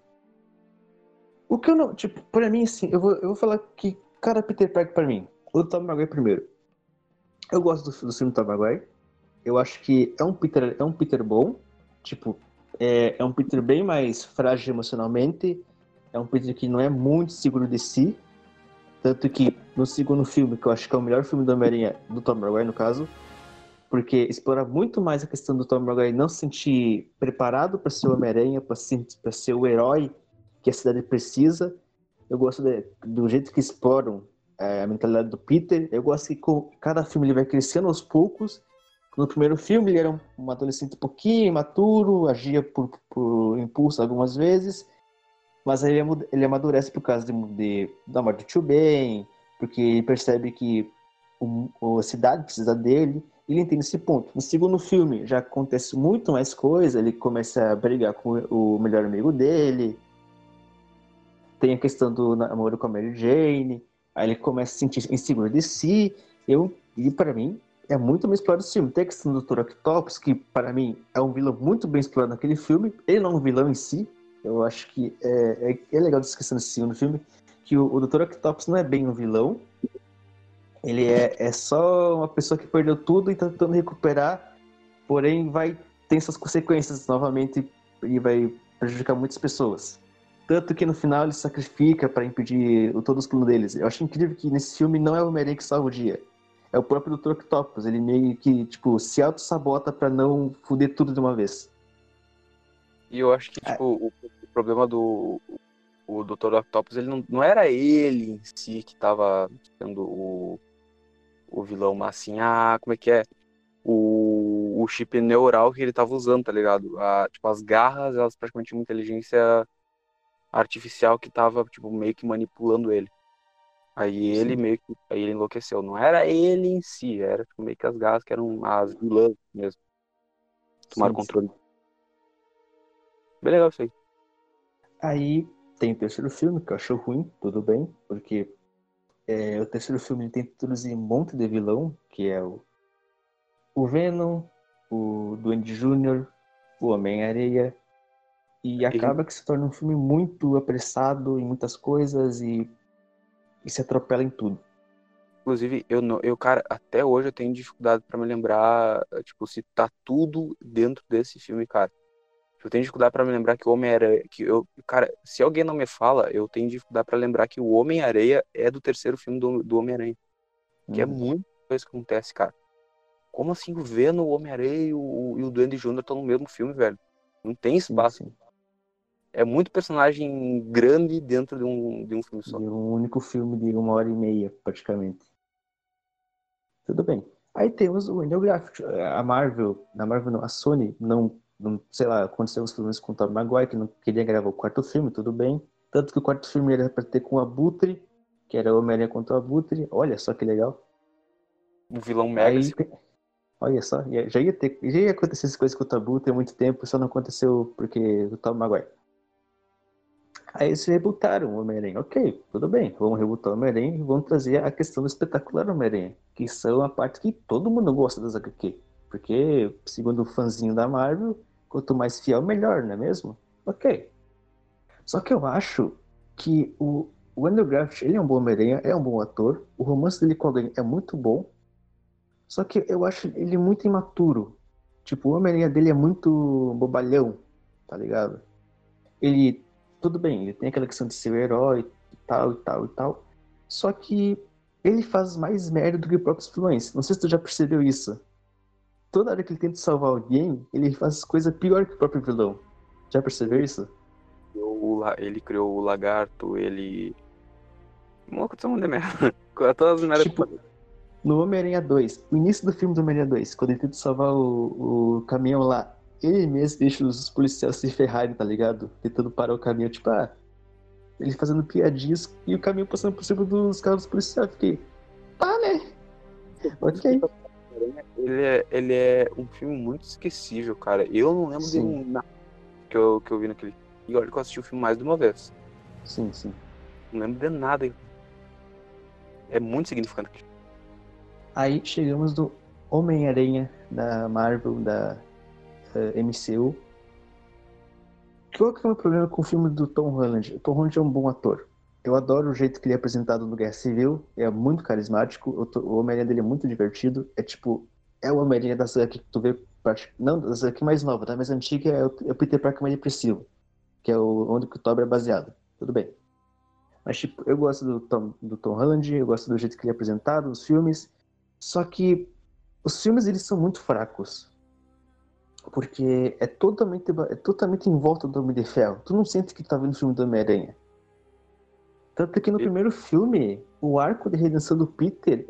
O que eu não. Tipo, pra mim, assim, eu vou falar que cada Peter Parker pra mim. O Tom Maguire primeiro. Eu gosto do filme do Tom Maguire. Eu acho que é um Peter bom. Tipo, é um Peter bem mais frágil emocionalmente. É um Peter que não é muito seguro de si. Tanto que no segundo filme, que eu acho que é o melhor filme do Homem-Aranha, do Tom Maguire, no caso, porque explora muito mais a questão do Tom Maguire não se sentir preparado para ser o Homem-Aranha, para ser o herói que a cidade precisa. Eu gosto do jeito que exploram a mentalidade do Peter. Eu gosto que com cada filme ele vai crescendo aos poucos. No primeiro filme ele era um adolescente um pouquinho imaturo, agia por impulso algumas vezes, mas aí ele amadurece por causa da morte do Tio Ben, porque ele percebe que a cidade precisa dele, e ele entende esse ponto. No segundo filme já acontece muito mais coisa, ele começa a brigar com o melhor amigo dele, tem a questão do namoro com a Mary Jane, aí ele começa a se sentir inseguro de si, e para mim é muito bem explorado esse filme. Tem a questão do Dr. Octopus, que para mim é um vilão muito bem explorado naquele filme, ele não é um vilão em si, eu acho que é legal essa questão desse segundo filme, que o Dr. Octopus não é bem um vilão, ele é só uma pessoa que perdeu tudo e tá tentando recuperar, porém tem suas consequências novamente e vai prejudicar muitas pessoas. Tanto que no final ele se sacrifica para impedir todos os planos deles. Eu acho incrível que nesse filme não é o Homem-Aranha que salva o dia. É o próprio Dr. Octopus. Ele meio que, tipo, se auto-sabota para não foder tudo de uma vez. E eu acho que, Ah, tipo, o problema do o Dr. Octopus, ele não era ele em si que tava sendo o vilão, mas assim, como é que é? O chip neural que ele tava usando, tá ligado? Tipo, as garras, elas praticamente tinham uma inteligência artificial que tava, tipo, meio que manipulando ele. sim, Aí ele enlouqueceu. Não era ele em si, era tipo, meio que as garras que eram as vilãs mesmo. Tomaram sim, sim. controle. Bem legal isso aí. Aí tem o terceiro filme, que eu acho ruim, tudo bem, porque o terceiro filme ele tenta introduzir um monte de vilão, que é o Venom, o Duende Júnior, o Homem-Areia, e acaba que se torna um filme muito apressado em muitas coisas e se atropela em tudo. Inclusive, eu, não, eu, cara, até hoje eu tenho dificuldade pra me lembrar, tipo, se tá tudo dentro desse filme, cara. Eu tenho dificuldade pra me lembrar que o Homem-Aranha... Cara, se alguém não me fala, eu tenho dificuldade pra lembrar que o Homem-Aranha é do terceiro filme do Homem-Aranha. Que é muita coisa que acontece, cara. Como assim o Venom, o Homem-Aranha e o Duende Jr. estão no mesmo filme, velho? Não tem Sim, espaço. sim. É muito personagem grande dentro de um filme só. E um único filme de 1h30, praticamente. Tudo bem. Aí temos o Andrew Garfield. A Marvel não, a Sony não, sei lá, aconteceu uns problemas com o Tobey Maguire, que não queria gravar o quarto filme, tudo bem. Tanto que o quarto filme era pra ter com o Abutre, que era o Homem-Aranha contra o Abutre. Olha só que legal. Um vilão mega, Aí, assim. olha só, já ia acontecer essas coisas com o Abutre há muito tempo, só não aconteceu porque o Tobey Maguire. Aí eles rebutaram o Homem-Aranha. Ok, tudo bem, vamos rebutar o Homem-Aranha e vamos trazer a questão do espetacular Homem-Aranha, que são a parte que todo mundo gosta das HQ. Porque, segundo o fãzinho da Marvel, quanto mais fiel, melhor, não é mesmo? Ok. Só que eu acho que o Andrew Garfield, ele é um bom Homem-Aranha, é um bom ator, o romance dele com a Gwen é muito bom, só que eu acho ele muito imaturo. Tipo, o Homem-Aranha dele é muito bobalhão, tá ligado? Ele, tudo bem, ele tem aquela questão de ser o herói e tal, e tal, e tal. Só que ele faz mais merda do que próprios vilões. Não sei se tu já percebeu isso. Toda hora que ele tenta salvar alguém, ele faz coisa pior que o próprio vilão. Já percebeu isso? Ele criou o Lagarto, ele... Uma coisa de merda. Todas as merdas que eu Tipo, falei. no Homem-Aranha 2, o início do filme do Homem-Aranha 2, quando ele tenta salvar o caminhão lá, ele mesmo deixa os policiais se ferrarem, tá ligado? Tentando parar o caminhão, tipo, ele fazendo piadinhas e o caminhão passando por cima dos carros policiais. Fiquei, tá, né? Ok. Ele é um filme muito esquecível, cara. Eu não lembro de Sim, nada que eu vi naquele. E olha que eu assisti o filme mais de uma vez. sim, sim. Não lembro de nada. É muito significante. Aí chegamos no Homem-Aranha da Marvel, da MCU. Qual que é o meu problema com o filme do Tom Holland? O Tom Holland é um bom ator. Eu adoro o jeito que ele é apresentado no Guerra Civil. É muito carismático. O Homem-Aranha dele é muito divertido. É tipo, é o Homem-Aranha da saga que tu vê. Não, da saga que mais nova, tá? Mais antiga é o Peter Parker mais depressivo. Que é onde que o Tobey é baseado. Tudo bem. Mas, tipo, eu gosto do Tom Holland. Eu gosto do jeito que ele é apresentado nos filmes. Só que os filmes, eles são muito fracos. Porque é totalmente em volta do Homem de Ferro. Tu não sente que tu tá vendo o filme do Homem-Aranha. Tanto que no E- primeiro filme, o arco de redenção do Peter,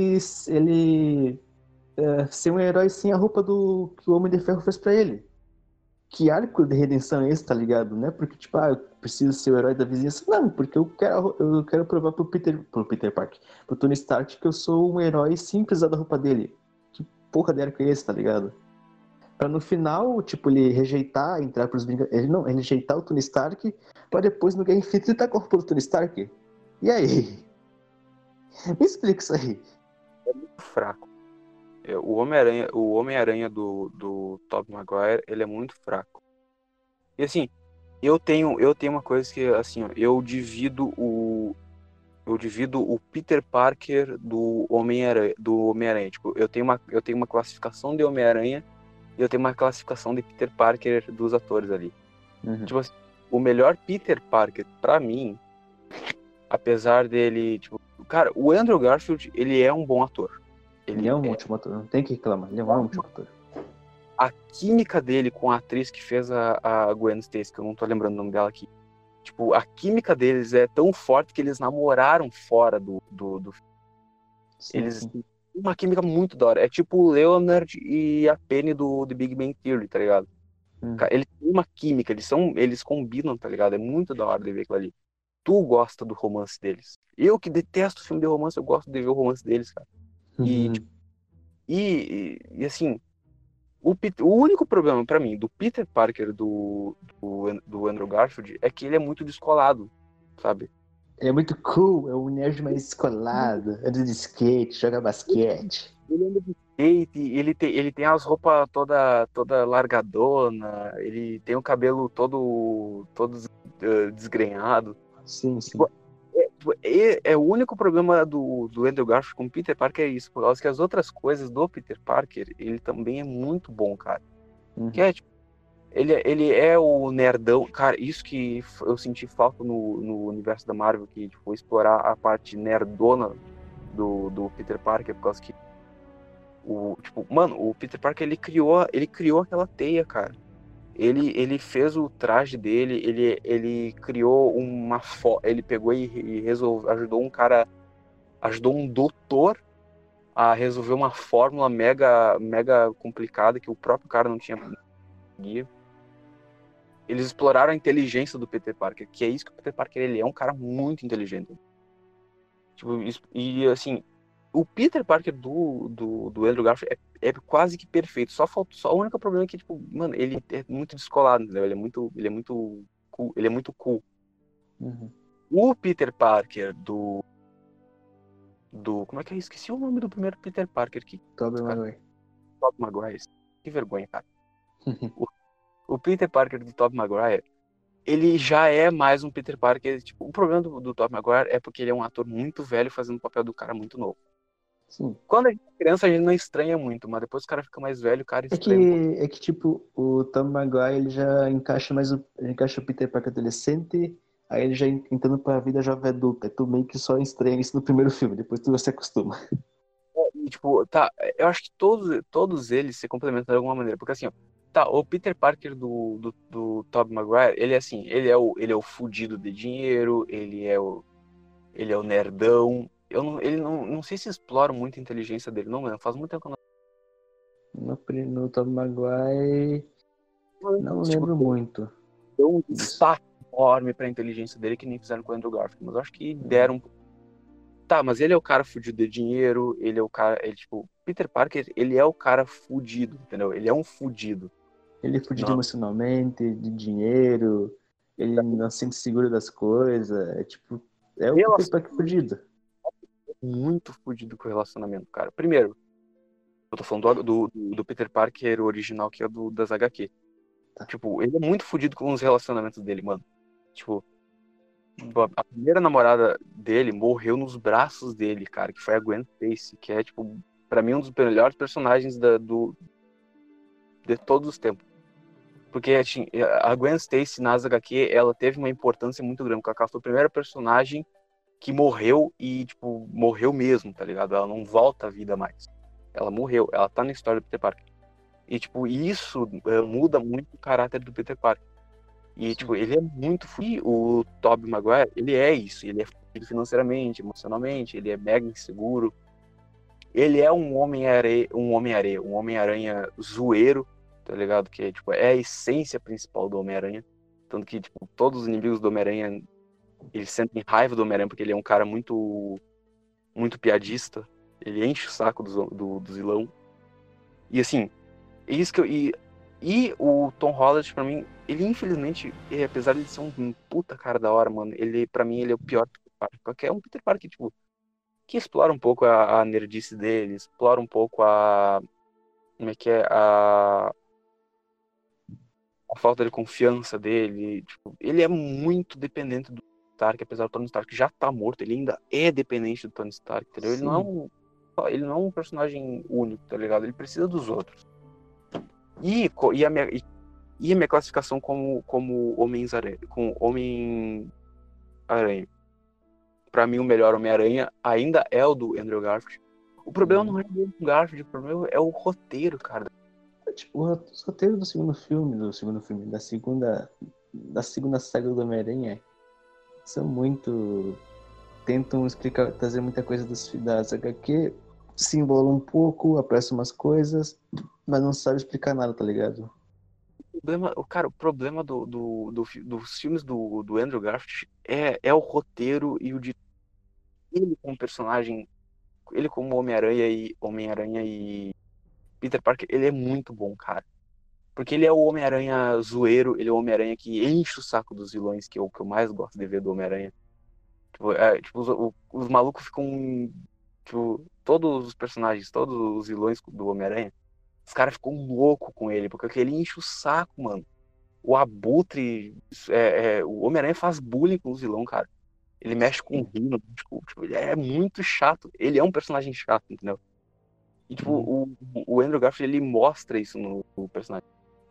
ele ser um herói sem a roupa do que o Homem de Ferro fez pra ele. Que arco de redenção é esse, tá ligado? Não é porque, tipo, eu preciso ser o herói da vizinhança. Não, porque eu quero provar pro Peter Parker, pro Tony Stark, que eu sou um herói sem precisar da roupa dele. Que porra de arco é esse, tá ligado? Pra no final, tipo, ele rejeitar, entrar pros Vingadores. Ele rejeitar o Tony Stark, pra depois no Guerra Infinita ele tá com a roupa do Tony Stark. E aí? Me explica isso aí. Fraco. O Homem-Aranha do Tobey Maguire, ele é muito fraco. E assim, eu tenho uma coisa que, assim, ó, eu divido o Peter Parker do Homem-Aranha. Tipo, eu tenho uma classificação de Homem-Aranha e eu tenho uma classificação de Peter Parker dos atores ali. Uhum. Tipo assim, o melhor Peter Parker, pra mim, apesar dele, tipo, cara, o Andrew Garfield, ele é um bom ator. Ele Ele é um ótimo ator, não tem que reclamar. Ele é um ótimo ator. A química dele com a atriz que fez a Gwen Stacy, que eu não tô lembrando o nome dela aqui. Tipo, a química deles é tão forte que eles namoraram fora do Sim, eles sim. têm uma química muito da hora. É tipo o Leonard e a Penny do The Big Bang Theory, tá ligado? Uhum. Eles têm uma química, eles combinam, tá ligado? É muito da hora de ver aquilo ali. Tu gosta do romance deles. Eu que detesto filme de romance, eu gosto de ver o romance deles, cara. E, Uhum. tipo, assim, o único problema pra mim do Peter Parker do Andrew Garfield é que ele é muito descolado, sabe? Ele é muito cool, é um nerd mais descolado, anda de skate, joga basquete. Ele anda de skate, ele tem as roupas toda largadona, ele tem o cabelo todo desgrenhado. Sim, sim. Tipo, o único problema do Andrew Garfield com o Peter Parker é isso, por causa que as outras coisas do Peter Parker, ele também é muito bom, cara. Que Uhum. é, tipo, Ele é o nerdão. Cara, isso que eu senti falta no universo da Marvel, que tipo, explorar a parte nerdona do Peter Parker, por causa que o Peter Parker ele criou aquela teia, cara. Ele fez o traje dele, ele criou ele pegou e ajudou um doutor a resolver uma fórmula mega mega complicada que o próprio cara não tinha conseguido. Eles exploraram a inteligência do Peter Parker, que é isso que o Peter Parker ele é um cara muito inteligente. Tipo, e assim, o Peter Parker do Andrew Garfield é quase que perfeito. Só o único problema é que, tipo, mano, ele é muito descolado, entendeu? Ele é muito cool, ele é muito cool. Uhum. O Peter Parker como é que é? Esqueci o nome do primeiro Peter Parker que Tobey Maguire. Tobey Maguire. Que vergonha, cara. O Peter Parker do Tobey Maguire, ele já é mais um Peter Parker, tipo, o problema do Tobey Maguire é porque ele é um ator muito velho fazendo o papel do cara muito novo. Sim. Quando a gente é criança, a gente não estranha muito, mas depois o cara fica mais velho, o cara É estranha um pouco. que tipo, o Tom Maguire, ele já encaixa ele encaixa o Peter Parker adolescente, aí ele já entrando pra vida jovem adulta. Tu meio que só estranha isso no primeiro filme, depois tu se acostuma. E, tipo, tá, eu acho que todos eles se complementam de alguma maneira, porque assim, ó, tá, o Peter Parker do Tobey Maguire, ele é assim, ele é o fudido de dinheiro, ele é o nerdão. Ele não sei se exploram muito a inteligência dele, não lembro, faz muito tempo que eu No Tom Maguire, não tipo, lembro muito. deu um Isso. destaque enorme pra inteligência dele que nem fizeram com o Andrew Garfield, mas eu acho que deram. Tá, mas ele é o cara fudido de dinheiro, ele é o cara. Tipo, Peter Parker, ele é o cara fudido, entendeu? Ele é um fudido. Ele é fudido Não, emocionalmente, de dinheiro, ele não se sente seguro das coisas, é tipo, é o Peter relacionamento Parker fudido. muito fudido com o relacionamento, cara. Primeiro, eu tô falando do Peter Parker original, que é das HQ. Tá. Tipo, ele é muito fudido com os relacionamentos dele, mano. Tipo, a primeira namorada dele morreu nos braços dele, cara, que foi a Gwen Stacy, que é, tipo, pra mim um dos melhores personagens de todos os tempos. Porque assim, a Gwen Stacy nas HQ, ela teve uma importância muito grande, porque ela foi a primeira personagem que morreu e, tipo, morreu mesmo, tá ligado? Ela não volta à vida mais. Ela morreu, ela tá na história do Peter Parker. E, tipo, isso muda muito o caráter do Peter Parker. E, Sim. tipo, ele é muito fudido. E o Tobey Maguire, ele é isso. Ele é fudido financeiramente, emocionalmente, ele é mega inseguro. Ele é um um Homem-Aranha zoeiro, tá ligado? Que é, tipo, é a essência principal do Homem-Aranha. Tanto que, tipo, todos os inimigos do Homem-Aranha, eles sentem raiva do Homem-Aranha porque ele é um cara muito, muito piadista. Ele enche o saco do vilão. E, assim, é isso que eu... E o Tom Holland, pra mim, ele infelizmente, apesar de ser um puta cara da hora, mano, ele, pra mim, ele é o pior Peter Parker. Porque é um Peter Parker, tipo, que explora um pouco a nerdice dele, explora um pouco como é que é, a falta de confiança dele. Tipo, ele é muito dependente do Stark, apesar do Tony Stark já tá morto, ele ainda é dependente do Tony Stark, entendeu? Sim. Ele não é um personagem único, tá ligado? Ele precisa dos outros. E a minha classificação como Homem-Aranha, com Homem-Aranha. Pra mim, o melhor Homem-Aranha ainda é o do Andrew Garfield. O problema não é o Andrew Garfield, o problema é o roteiro, cara. Tipo, o roteiro do segundo filme, da segunda saga do Homem-Aranha, são muito... Tentam explicar, trazer muita coisa das HQ, se embolam um pouco, aparecem umas coisas, mas não sabe explicar nada, tá ligado? O problema dos filmes do Andrew Garfield é o roteiro e ele como personagem, ele como Homem-Aranha e Peter Parker, ele é muito bom, cara. Porque ele é o Homem-Aranha zoeiro, ele é o Homem-Aranha que enche o saco dos vilões, que é o que eu mais gosto de ver do Homem-Aranha. Tipo, os malucos ficam. Tipo, todos os personagens, todos os vilões do Homem-Aranha, os caras ficam loucos com ele, porque ele enche o saco, mano. O Abutre, o Homem-Aranha faz bullying com os vilões, cara. Ele mexe com o Rino, tipo, ele é muito chato. Ele é um personagem chato, entendeu? E, tipo, o Andrew Garfield, ele mostra isso no personagem.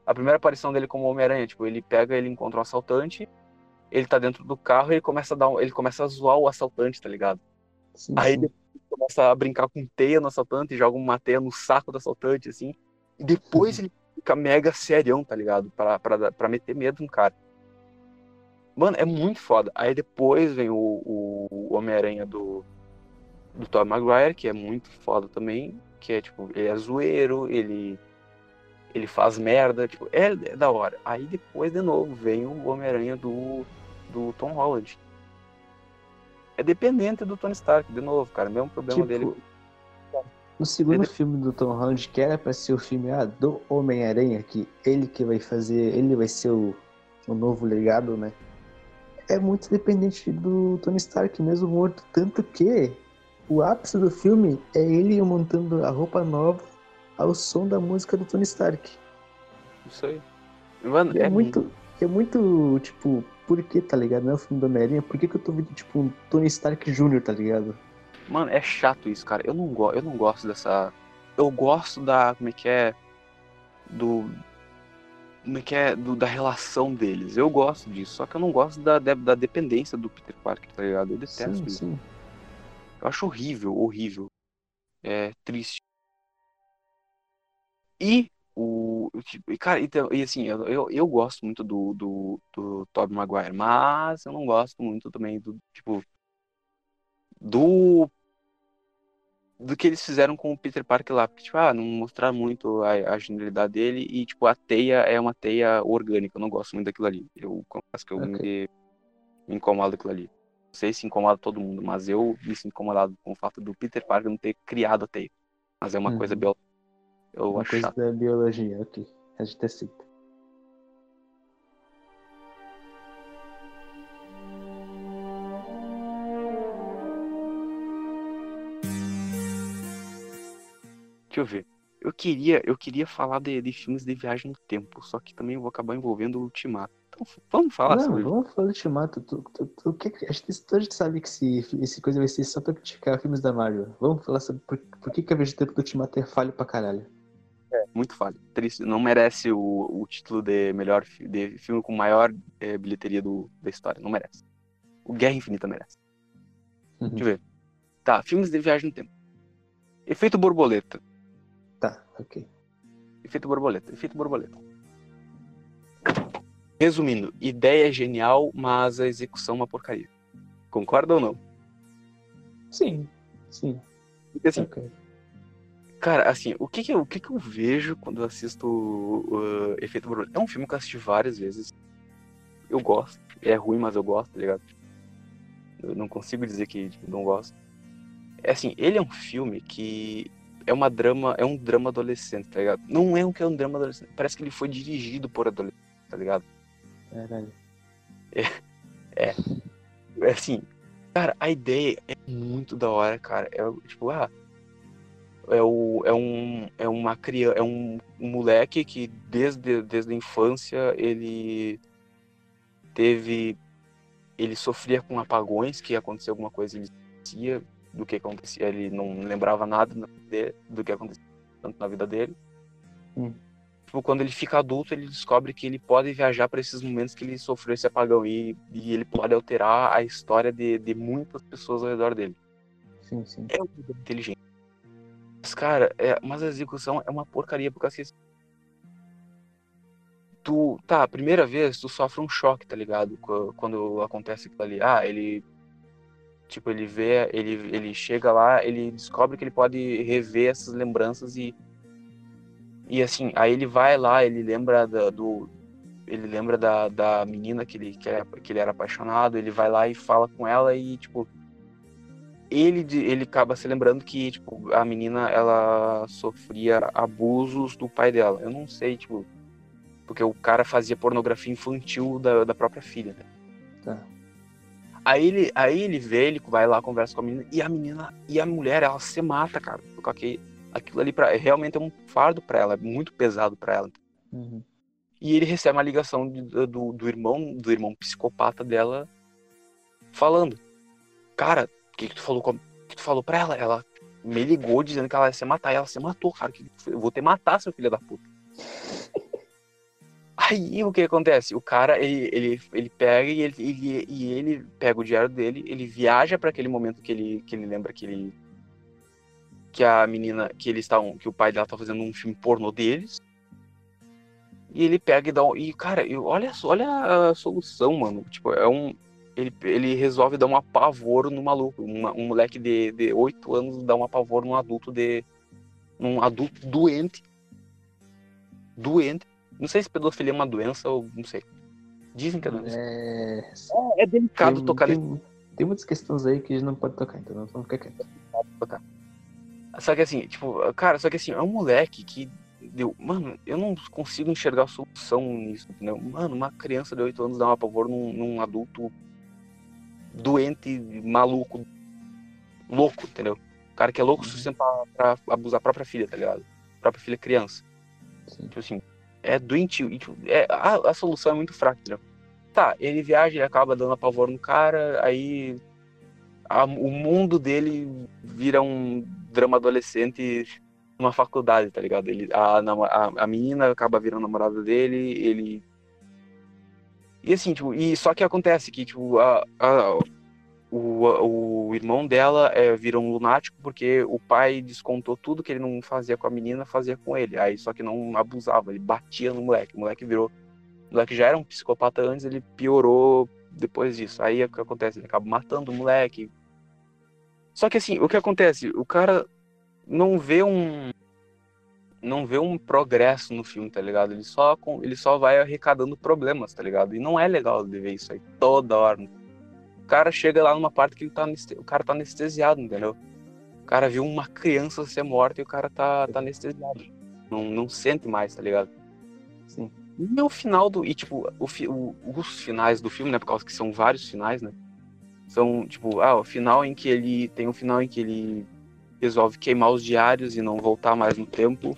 A primeira aparição dele como Homem-Aranha, tipo, ele encontra um assaltante, ele tá dentro do carro e ele começa a zoar o assaltante, tá ligado? Sim, Aí sim. depois ele começa a brincar com teia no assaltante, joga uma teia no saco do assaltante, assim. E depois ele fica mega serião, tá ligado? Pra meter medo no cara. Mano, é muito foda. Aí depois vem o Homem-Aranha do Tobey Maguire, que é muito foda também. Que é, tipo, ele é zoeiro, ele faz merda, tipo, é da hora. Aí depois, de novo, vem o Homem-Aranha do Tom Holland. É dependente do Tony Stark, de novo, cara. Mesmo problema dele. Tipo, no segundo filme do Tom Holland, que era pra ser o filme do Homem-Aranha, que ele que vai fazer, ele vai ser o novo legado, né? É muito dependente do Tony Stark, mesmo morto. Tanto que o ápice do filme é ele montando a roupa nova ao som da música do Tony Stark. Isso aí. Mano, E é muito, tipo, por que, tá ligado? Não é o filme do Homem-Aranha, por que eu tô vendo, tipo, um Tony Stark Jr., tá ligado? Mano, é chato isso, cara. Eu não gosto dessa. Eu gosto da. Como é que é? Do. Como é que é? Da relação deles. Eu gosto disso. Só que eu não gosto da dependência do Peter Parker, tá ligado? Eu detesto Sim, isso. sim. Eu acho horrível, horrível. É triste. E tipo, e, cara, então, e assim, eu gosto muito do Tobey Maguire, mas eu não gosto muito também do do que eles fizeram com o Peter Parker lá, porque, tipo, não mostrar muito a genialidade dele e, tipo, a teia é uma teia orgânica, eu não gosto muito daquilo ali. Eu confesso que Ok. me incomodo daquilo ali. Não sei se incomoda todo mundo, mas eu me sinto incomodado com o fato do Peter Parker não ter criado a teia. Mas é uma coisa Uhum. eu Uma acho coisa chato. da biologia, ok. A gente aceita. Deixa eu ver. Eu queria falar de filmes de viagem no tempo, só que também eu vou acabar envolvendo o Ultimato. Então, vamos falar Não, sobre. vamos falar do Ultimato. A gente sabe que esse coisa vai ser só pra criticar filmes da Marvel. Vamos falar sobre por que a viagem do tempo do Ultimato é falho pra caralho. Muito falho. Triste. Não merece o título de melhor de filme com maior bilheteria da história. Não merece. O Guerra Infinita merece. Deixa eu ver. Tá, filmes de viagem no tempo. Efeito borboleta. Tá, ok. Efeito borboleta. Efeito borboleta. Resumindo, ideia genial, mas a execução uma porcaria. Concorda ou não? Sim, sim. Porque assim, Ok. cara, assim, o que que eu vejo quando eu assisto Efeito Borboleta? É um filme que eu assisti várias vezes. Eu gosto. É ruim, mas eu gosto, tá ligado? Eu não consigo dizer que tipo, não gosto. É assim, ele é um filme que é um drama adolescente, tá ligado? Não é um que é um drama adolescente. Parece que ele foi dirigido por adolescente, tá ligado? Caralho. É, é assim, cara, a ideia é muito da hora, cara. Tipo, é uma criança, é um moleque que desde a infância teve, ele sofria com apagões, que acontecia alguma coisa, ele esquecia do que acontecia, ele não lembrava nada do que acontecia tanto na vida dele. Hum. Tipo, quando ele fica adulto, ele descobre que ele pode viajar para esses momentos que ele sofreu esse apagão e ele pode alterar a história de muitas pessoas ao redor dele. Sim, sim. É muito inteligente. Mas, cara, mas a execução é uma porcaria, porque assim, a primeira vez tu sofre um choque, tá ligado? Quando acontece aquilo ali. Ele chega lá, ele descobre que ele pode rever essas lembranças e assim, aí ele vai lá, ele lembra da menina que ele era apaixonado, ele vai lá e fala com ela e, tipo, ele acaba se lembrando que, tipo, a menina, ela sofria abusos do pai dela. Eu não sei, tipo, porque o cara fazia pornografia infantil da própria filha, né? Tá. Aí ele vê, ele vai lá, conversa com a menina, e a mulher, ela se mata, cara. Porque aquilo ali realmente é um fardo pra ela, é muito pesado pra ela. Uhum. E ele recebe uma ligação do irmão psicopata dela, falando: cara, o que tu falou que tu falou pra ela? Ela me ligou dizendo que ela ia se matar, e ela se matou, cara. Eu vou te matar, seu filho da puta. Aí o que acontece? O cara, ele pega e ele pega o diário dele, ele viaja para aquele momento que ele lembra que a menina, que o pai dela tá fazendo um filme pornô deles. E ele pega e dá e cara, olha a solução, mano. Tipo, ele resolve dar um apavoro no maluco, um moleque de 8 anos dá um apavoro num adulto doente. Não sei se pedofilia é uma doença ou não sei. Dizem que é doença. É delicado tocar nesse. Tem muitas questões aí que a gente não pode tocar, então vamos ficar quieto. Só que assim, tipo, cara, é um moleque que deu. Mano, eu não consigo enxergar a solução nisso, entendeu? Mano, uma criança de 8 anos dá um apavoro num adulto doente, maluco, louco, entendeu? O cara que é louco o suficiente pra abusar a própria filha, tá ligado? A própria filha criança. Sim. Tipo assim, é doentio. E, tipo, a solução é muito fraca, entendeu? Tá, ele viaja, ele acaba dando apavoro no cara, aí o mundo dele vira um drama adolescente numa faculdade, tá ligado? A menina acaba virando namorada dele, ele... E assim, tipo, só que acontece que, tipo, o irmão dela vira um lunático porque o pai descontou tudo que ele não fazia com a menina, fazia com ele. Aí só que não abusava, ele batia no moleque. O moleque já era um psicopata antes, ele piorou depois disso. Aí o que acontece? Ele acaba matando o moleque. Só que assim, o que acontece? O cara não vê um progresso no filme, tá ligado? Ele só vai arrecadando problemas, tá ligado? E não é legal de ver isso aí toda hora. O cara chega lá numa parte que o cara tá anestesiado, entendeu? O cara viu uma criança ser morta e o cara tá anestesiado. Não sente mais, tá ligado? Sim. E o final tipo, os finais do filme, né? Por causa que são vários finais, né? São, tipo, o final em que ele resolve queimar os diários e não voltar mais no tempo.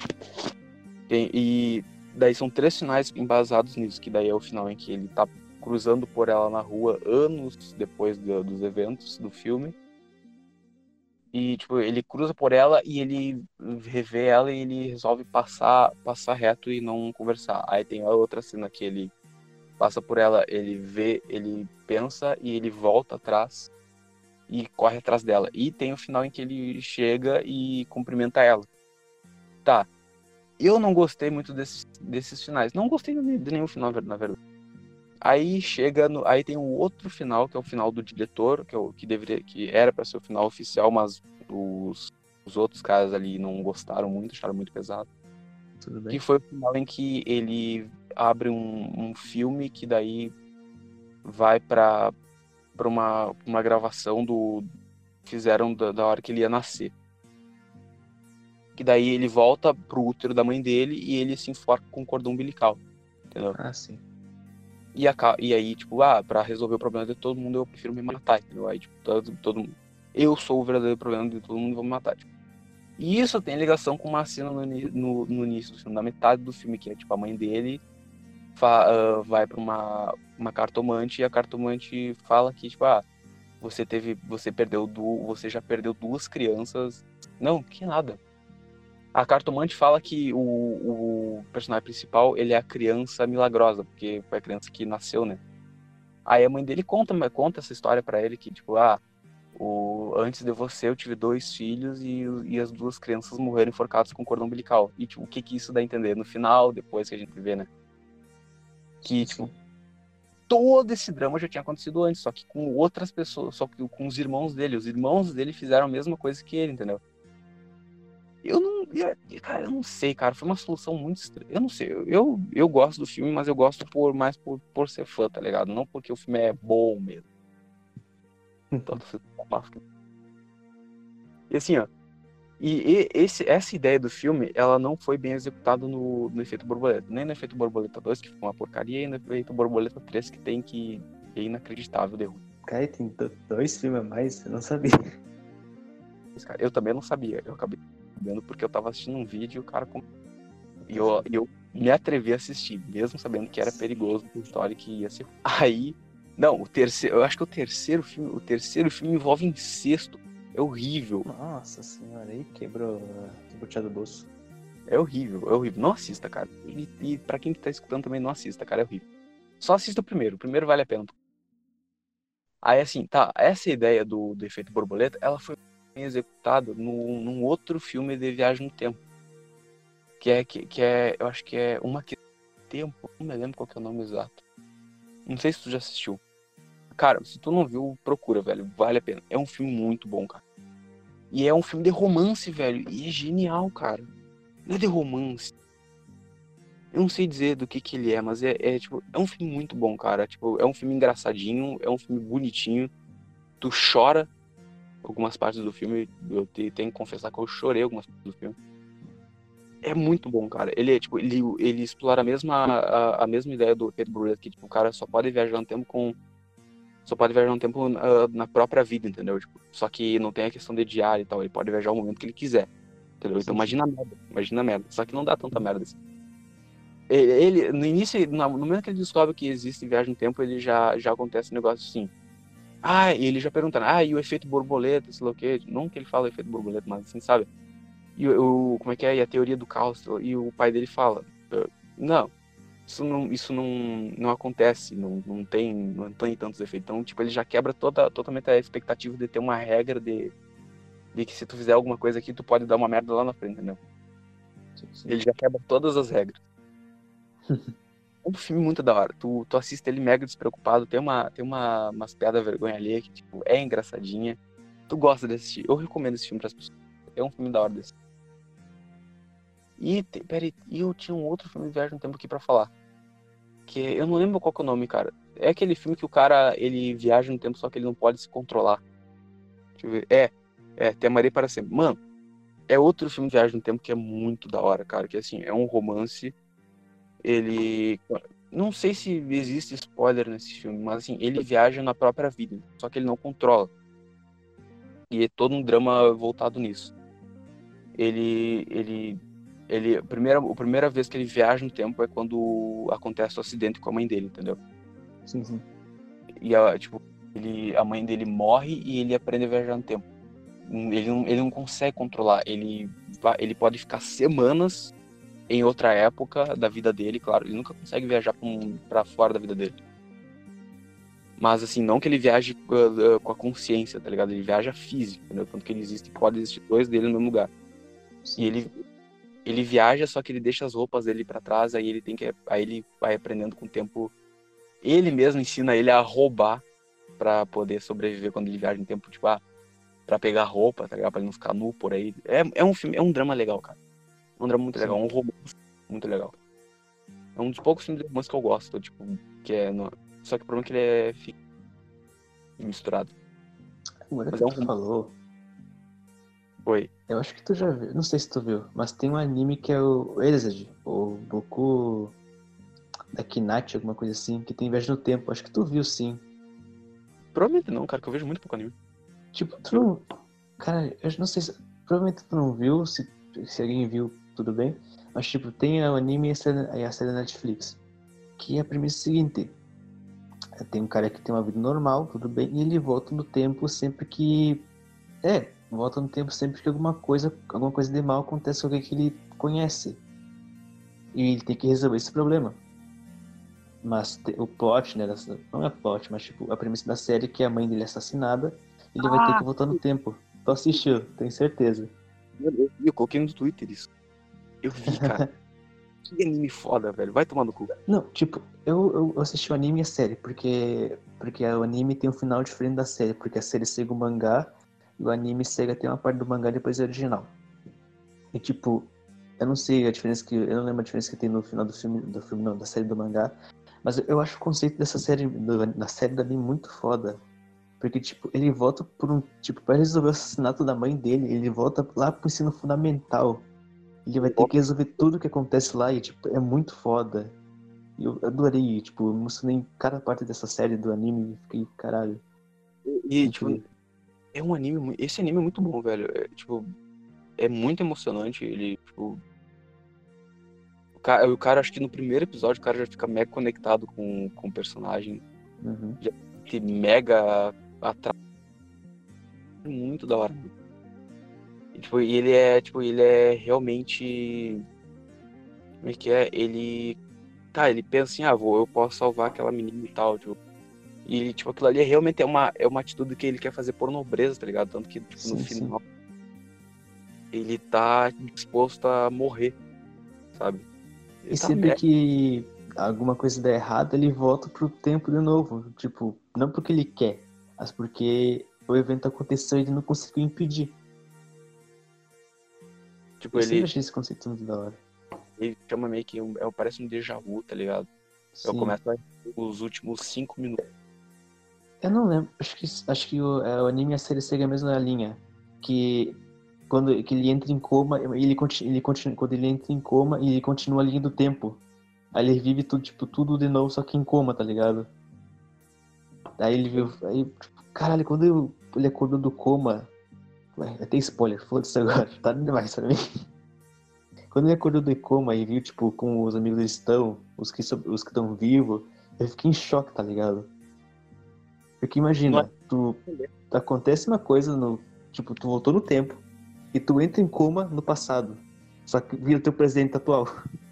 E daí são 3 finais embasados nisso, que daí é o final em que ele tá cruzando por ela na rua anos depois dos eventos do filme. E, tipo, ele cruza por ela e ele revê ela e ele resolve passar reto e não conversar. Aí tem a outra cena que ele passa por ela, ele vê, ele pensa e ele volta atrás e corre atrás dela. E tem o final em que ele chega e cumprimenta ela. Tá. Eu não gostei muito desses finais. Não gostei de nenhum final, na verdade. Aí aí tem um outro final, que é o final do diretor, que era para ser o final oficial, mas os outros caras ali não gostaram muito, acharam muito pesado. Tudo bem. Que foi o final em que ele abre um filme que daí vai para uma gravação fizeram da hora que ele ia nascer. Que daí ele volta pro útero da mãe dele e ele se enforca com o cordão umbilical, entendeu? Ah, sim. E aí, tipo, pra resolver o problema de todo mundo, eu prefiro me matar, entendeu? Aí, tipo, todo mundo... Eu sou o verdadeiro problema de todo mundo, vou me matar, tipo. E isso tem ligação com uma cena no início do filme, na metade do filme, que é, tipo, a mãe dele vai pra uma cartomante e a cartomante fala que, tipo, você já perdeu 2 crianças. Não, que nada. A cartomante fala que o personagem principal, ele é a criança milagrosa, porque foi a criança que nasceu, né? Aí a mãe dele conta essa história pra ele, que tipo, antes de você eu tive 2 filhos e as 2 crianças morreram enforcadas com cordão umbilical. E tipo, o que isso dá a entender no final, depois que a gente vê, né? Que tipo, todo esse drama já tinha acontecido antes, só que com outras pessoas, só que com os irmãos dele. Os irmãos dele fizeram a mesma coisa que ele, entendeu? Cara, eu não sei, cara. Foi uma solução muito estranha. Eu não sei. Eu gosto do filme, mas eu gosto mais por ser fã, tá ligado? Não porque o filme é bom mesmo. Então, e assim, ó. Essa ideia do filme, ela não foi bem executada no Efeito Borboleta. Nem no Efeito Borboleta 2, que foi uma porcaria, e no Efeito Borboleta 3, que é inacreditável de ruim. Cara, tem 2 filmes a mais? Eu não sabia. Eu também não sabia. Eu acabei sabendo porque eu tava assistindo um vídeo e o cara... E eu me atrevi a assistir, mesmo sabendo que era perigoso, a história que ia ser... Aí... Não, eu acho que o terceiro filme envolve incesto. É horrível. Nossa senhora, aí quebrou o boteado do bolso. É horrível, é horrível. Não assista, cara. E pra quem tá escutando também, não assista, cara. É horrível. Só assista o primeiro. O primeiro vale a pena. Aí, assim, tá. Essa ideia do efeito borboleta, ela foi bem executada num outro filme de viagem no tempo. Que é, eu acho que é Uma Questão de Tempo. Não me lembro qual que é o nome exato. Não sei se tu já assistiu. Cara, se tu não viu, procura, velho. Vale a pena. É um filme muito bom, cara. E é um filme de romance, velho. E é genial, cara. Não é de romance. Eu não sei dizer do que ele é, mas tipo, é um filme muito bom, cara. Tipo, é um filme engraçadinho, é um filme bonitinho. Tu chora algumas partes do filme. Tenho que confessar que eu chorei algumas partes do filme. É muito bom, cara. Ele é, tipo, ele explora a mesma ideia do efeito borboleta, que tipo, o cara só pode viajar no tempo só pode viajar no tempo na própria vida, entendeu? Tipo, só que não tem a questão de diário e tal, ele pode viajar o momento que ele quiser, entendeu? Então imagina a merda. Só que não dá tanta merda assim. Ele no início, no momento que ele descobre que existe viagem no tempo, ele já acontece um negócio assim. E ele já pergunta, e o efeito borboleta, sei lá o quê? Não que ele fala efeito borboleta, mas assim, sabe? Como é que é? E a teoria do caos. E o pai dele fala, não, isso não acontece, não tem tantos efeitos. Então, tipo, ele já quebra totalmente a expectativa de ter uma regra de que se tu fizer alguma coisa aqui, tu pode dar uma merda lá na frente, entendeu? Sim. Ele já quebra todas as regras. É um filme muito da hora. Tu assiste ele mega despreocupado, tem umas piadas vergonha alheia que, tipo, é engraçadinha. Tu gosta de assistir. Eu recomendo esse filme pras pessoas. É um filme da hora desse. Peraí, eu tinha um outro filme de viagem no tempo aqui pra falar. Que eu não lembro qual que é o nome, cara. É aquele filme que o cara, ele viaja no tempo, só que ele não pode se controlar. Deixa eu ver. Te Amarei para Sempre. Mano, é outro filme de viagem no tempo que é muito da hora, cara. Que assim, é um romance. Ele... Não sei se existe spoiler nesse filme, mas assim, ele viaja na própria vida, só que ele não controla. E é todo um drama voltado nisso. A primeira vez que ele viaja no tempo é quando acontece o acidente com a mãe dele, entendeu? Sim. E tipo, a mãe dele morre e ele aprende a viajar no tempo. Ele não consegue controlar. Ele pode ficar semanas em outra época da vida dele, claro. Ele nunca consegue viajar pra fora da vida dele. Mas assim, não que ele viaje com a consciência, tá ligado? Ele viaja físico, entendeu? Tanto que pode existir dois dele no mesmo lugar. Sim. E ele viaja, só que ele deixa as roupas dele pra trás, aí ele vai aprendendo com o tempo. Ele mesmo ensina ele a roubar pra poder sobreviver quando ele viaja no tempo, tipo, pra pegar roupa, tá ligado? Pra ele não ficar nu por aí. É um filme, é um drama legal, cara. É um drama muito legal, um romance muito legal. É um dos poucos filmes de romance que eu gosto, tipo, só que o problema é que ele é misturado. Agora Mas que é um tu romance. falou, Oi. eu acho que tu já viu, não sei se tu viu, mas tem um anime que é o Erased, o Boku da Kinachi, alguma coisa assim, que tem viagem no tempo. Acho que tu viu, sim. Provavelmente não, cara, que eu vejo muito pouco anime. Tipo, tu não... Cara, eu não sei se... Provavelmente tu não viu, se alguém viu, tudo bem. Mas, tipo, tem o anime e a série da Netflix. Que é a premissa seguinte. Tem um cara que tem uma vida normal, tudo bem, e ele volta no tempo sempre que... volta no tempo sempre que alguma coisa de mal acontece com alguém que ele conhece. E ele tem que resolver esse problema. Mas o plot, né? Não é plot, mas tipo, a premissa da série é que a mãe dele é assassinada, ele vai ter que voltar no tempo. Tu assistiu, tenho certeza. Eu coloquei no Twitter isso. Eu vi, cara. Que anime foda, velho. Vai tomar no cu. Não, tipo, eu assisti o anime e a série, porque o anime tem um final diferente da série, porque a série segue o mangá e o anime segue até uma parte do mangá e depois é original. E tipo, eu não sei a diferença eu não lembro a diferença que tem no final do filme não, da série do mangá, mas eu acho o conceito dessa série, da série do anime muito foda. Porque, tipo, ele volta pra resolver o assassinato da mãe dele, ele volta lá pro ensino fundamental. Ele vai ter que resolver tudo que acontece lá e, tipo, é muito foda. E eu adorei, tipo, eu me emocionei em cada parte dessa série do anime e fiquei, caralho, E, tipo, incrível. é um anime. Esse anime é muito bom, velho. Tipo, é muito emocionante. Ele, tipo. O cara, acho que no primeiro episódio, o cara já fica mega conectado com o personagem. Uhum. Já se mega atrás. Muito da hora. E ele é realmente Como é que é? Ele. Tá, ele pensa assim, eu posso salvar aquela menina e tal, tipo. E, tipo, aquilo ali realmente é uma atitude que ele quer fazer por nobreza, tá ligado? Tanto que, tipo, no Sim, sim. final, ele tá disposto a morrer, sabe? Ele E tá sempre merda. que alguma coisa dá errado, ele volta pro tempo de novo. Tipo, não porque ele quer, mas porque o evento aconteceu e ele não conseguiu impedir. Tipo, Eu sempre ele, achei esse conceito muito da hora. ele chama meio que parece um déjà vu, tá ligado? Eu Sim. começo os últimos 5 minutos. Eu não lembro. Acho que o anime e a série seguem a mesma linha. Que quando que ele entra em coma, ele continua, quando ele entra em coma e ele continua a linha do tempo. Aí ele vive tudo, tipo, tudo de novo, só que em coma, tá ligado? Aí ele viu. Aí, tipo, caralho, quando ele acordou do coma. Ué, vai ter spoiler, foda-se agora, tá demais pra mim. Quando ele acordou do coma e viu, tipo, como os amigos estão, os que estão vivos, eu fiquei em choque, tá ligado? Porque Não imagina, acontece uma coisa no. Tipo, tu voltou no tempo e tu entra em coma no passado. Só que vira o teu presente atual.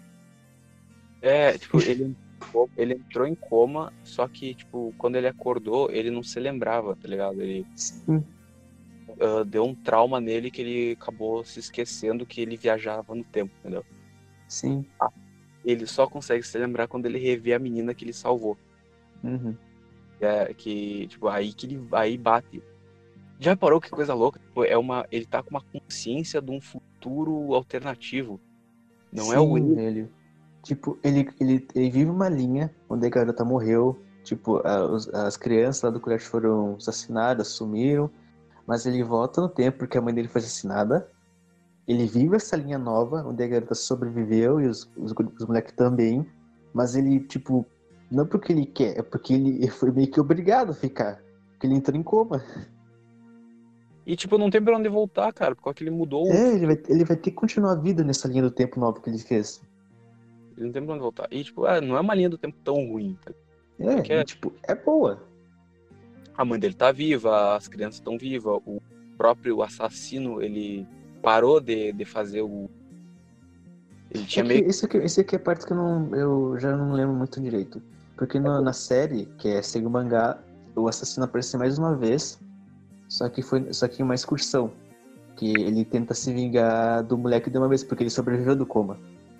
tipo, ele entrou em coma, só que, tipo, quando ele acordou, ele não se lembrava, tá ligado? Ele Sim, deu um trauma nele que ele acabou se esquecendo que ele viajava no tempo, entendeu? sim. Ele só consegue se lembrar quando ele revê a menina que ele salvou. Uhum. Tipo, aí que ele aí bate. Já parou que coisa louca? Tipo, ele tá com uma consciência de um futuro alternativo. Não é o Sim, ele. velho. Tipo, ele vive uma linha onde a garota morreu. Tipo, as crianças lá do colégio foram assassinadas, sumiram. Mas ele volta no tempo porque a mãe dele foi assassinada. Ele vive essa linha nova, onde a garota sobreviveu e os moleques também. Mas ele, tipo, não porque ele quer, é porque ele foi meio que obrigado a ficar. Porque ele entrou em coma. E, tipo, não tem pra onde voltar, cara, porque ele mudou o É, ele futuro. vai, ele vai ter que continuar a vida nessa linha do tempo nova que ele fez. Ele não tem pra onde voltar. E, tipo, não é uma linha do tempo tão ruim, tá? É É, que e tipo, é boa. a mãe dele tá viva, as crianças estão vivas, o próprio assassino, ele parou de fazer o. Ele É tinha que meio. esse aqui é a parte que eu já não lembro muito direito. Porque na série, que é Segue o Mangá, o assassino aparece mais uma vez, só que em uma excursão. Que ele tenta se vingar do moleque de uma vez, porque ele sobreviveu do coma.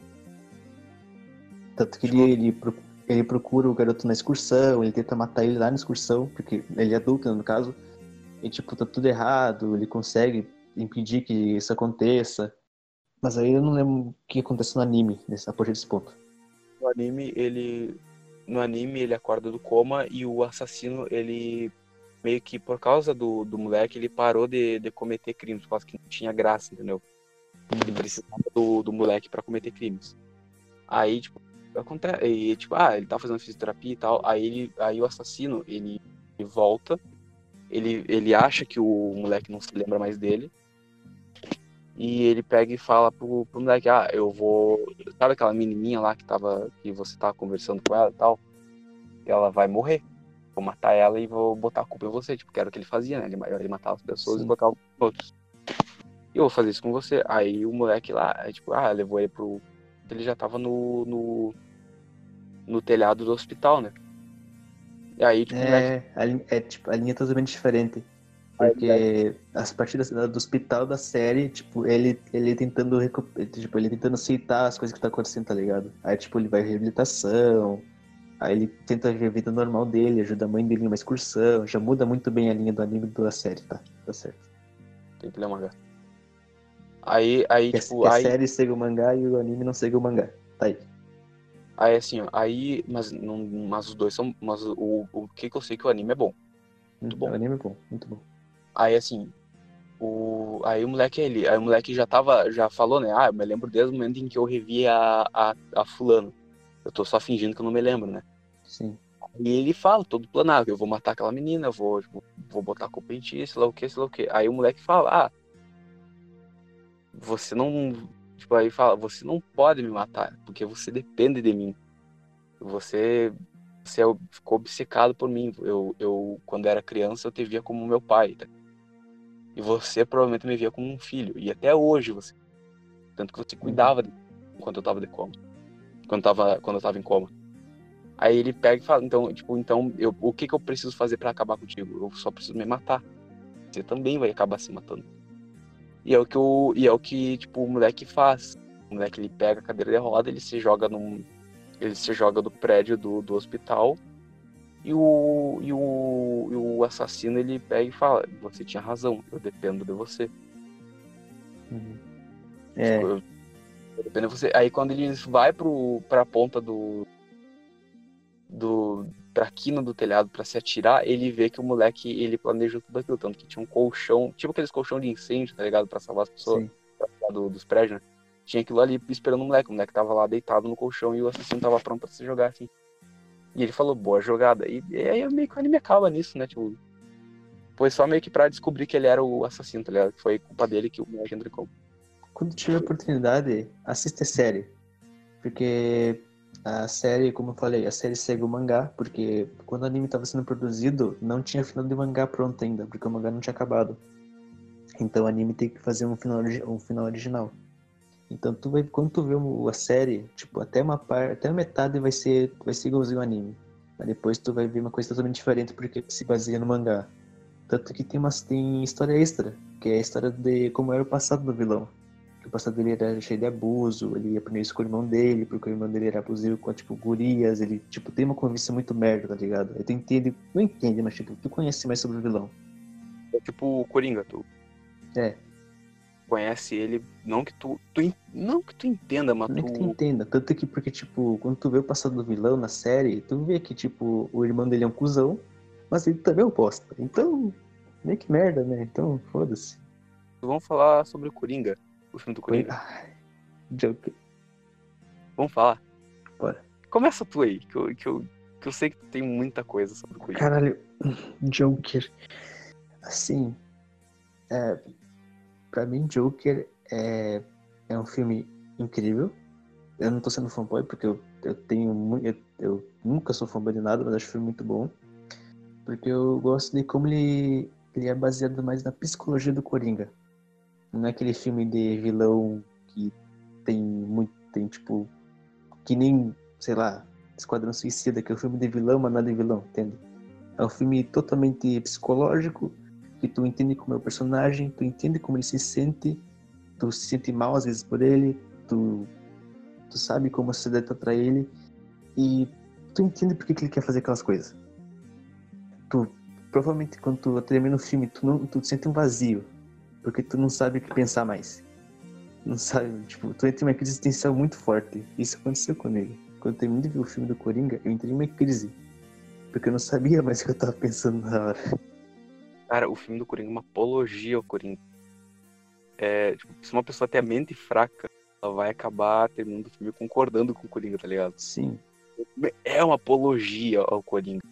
Tanto que ele, Tipo, ele, pro- ele procura o garoto na excursão, ele tenta matar ele lá na excursão, porque ele é adulto, né, no caso. E tipo, tá tudo errado, ele consegue impedir que isso aconteça. Mas aí eu não lembro o que acontece no anime, a partir desse ponto. no anime, ele. No anime, ele acorda do coma e o assassino, ele. Meio que por causa do moleque, ele parou de cometer crimes, por causa que não tinha graça, entendeu? Ele precisava do moleque pra cometer crimes. Aí, tipo, acontece. E, tipo, ele tá fazendo fisioterapia e tal. Aí o assassino, ele volta. Ele acha que o moleque não se lembra mais dele. E ele pega e fala pro moleque, eu vou. Sabe aquela menininha lá que você tava conversando com ela e tal? Ela vai morrer. Vou matar ela e vou botar a culpa em você. Tipo, que era o que ele fazia, né? Ele matava as pessoas e Sim. colocava os outros. E eu vou fazer isso com você. Aí o moleque lá, tipo, levou ele pro. Ele já tava no telhado do hospital, né? E aí, tipo, o moleque. Tipo, a linha é totalmente diferente. Aí o moleque Porque as partidas do hospital da série, tipo, ele tentando tipo, ele tentando aceitar as coisas que tá acontecendo, tá ligado? Aí, tipo, ele vai à reabilitação, aí ele tenta ver a vida normal dele, ajuda a mãe dele numa excursão, já muda muito bem a linha do anime da série, tá? Tá certo. tem que ler o mangá. Aí, Que tipo, a série segue o mangá e o anime não segue o mangá. Tá aí. aí assim, ó, mas, não, mas os dois são, mas o que eu sei que o anime é bom, muito O bom. anime é bom, muito bom. Aí, assim, aí o moleque, aí o moleque já falou, né, eu me lembro desde o momento em que eu revi a fulano, eu tô só fingindo que eu não me lembro, né. Sim. E ele fala, todo planado, eu vou matar aquela menina, vou botar a culpa em ti, sei lá o que, sei lá o que. Aí o moleque fala, você não, tipo, aí fala, você não pode me matar, porque você depende de mim. Você, ficou obcecado por mim. Quando era criança, eu te via como meu pai, tá? E você provavelmente me via como um filho. E até hoje você. Tanto que você Uhum. cuidava de mim enquanto eu tava de coma. quando eu tava em coma. Aí ele pega e fala, então, tipo, o que que eu preciso fazer pra acabar contigo? Eu só preciso me matar. Você também vai acabar se matando. E é o que, tipo, o moleque faz. O moleque, ele pega a cadeira de roda, ele se joga do prédio do hospital e o assassino, ele pega e fala, você tinha razão, eu dependo de você. Uhum. Tipo, eu dependo de você. Aí quando ele vai pra ponta pra quina do telhado pra se atirar, ele vê que o moleque, ele planejou tudo aquilo, tanto que tinha um colchão, tipo aqueles colchão de incêndio, tá ligado? Pra salvar as pessoas Sim. dos prédios, né? Tinha aquilo ali esperando o moleque tava lá deitado no colchão e o assassino tava pronto pra se jogar, assim. E ele falou, boa jogada. E aí meio que o anime acaba nisso, né? Tipo, foi só meio que pra descobrir que ele era o assassino, tá ligado? Foi culpa dele que o moleque entrou em coma. Quando tiver oportunidade, assista a série. Porque a série, como eu falei, a série segue o mangá, porque quando o anime estava sendo produzido, não tinha final de mangá pronto ainda, porque o mangá não tinha acabado. Então o anime tem que fazer um final original. Então quando tu vê a série, tipo, até a metade vai ser igualzinho ao anime. Mas depois tu vai ver uma coisa totalmente diferente porque se baseia no mangá. Tanto que tem história extra, que é a história de como era o passado do vilão. Que o passado dele era cheio de abuso, ele ia primeiro isso com o irmão dele, porque o irmão dele era abusivo com, tipo, gurias, ele, tipo, tem uma convivência muito merda, tá ligado? Aí tu entende, não entende, mas, tipo, tu conhece mais sobre o vilão. É tipo o Coringa, tu É, conhece ele, não que tu entenda, mas não é que tu tu... entenda, tanto que, porque, tipo, quando tu vê o passado do vilão na série, tu vê que, tipo, o irmão dele é um cuzão, mas ele também é um bosta. Então, meio que merda, né? Então, foda-se. Vamos falar sobre o Coringa, o filme do Foi... Coringa. Joker, Vamos falar. bora. Começa tu aí, que eu sei que tu tem muita coisa sobre o Coringa. Caralho, Joker. Assim, pra mim, Joker é um filme incrível. Eu não tô sendo fanboy porque eu tenho muito. Eu nunca sou fanboy de nada, mas acho o filme muito bom. Porque eu gosto de como ele é baseado mais na psicologia do Coringa. Não é aquele filme de vilão que tem tipo, que nem, sei lá, Esquadrão Suicida, que é um filme de vilão, mas nada de vilão, entende? É um filme totalmente psicológico, que tu entende como é o personagem, tu entende como ele se sente, tu se sente mal às vezes por ele, tu sabe como a sociedade trata ele, e tu entende por que ele quer fazer aquelas coisas. Tu, provavelmente quando tu termina o filme, tu sente um vazio, porque tu não sabe o que pensar mais. Não sabe, tipo, tu entra em uma crise existencial muito forte. Isso aconteceu comigo. Quando eu terminei de ver o filme do Coringa, eu entrei em uma crise. Porque eu não sabia mais o que eu tava pensando na hora. Cara, o filme do Coringa é uma apologia ao Coringa. É, tipo, se uma pessoa tem a mente fraca, ela vai acabar terminando o filme concordando com o Coringa, tá ligado? Sim. É uma apologia ao Coringa.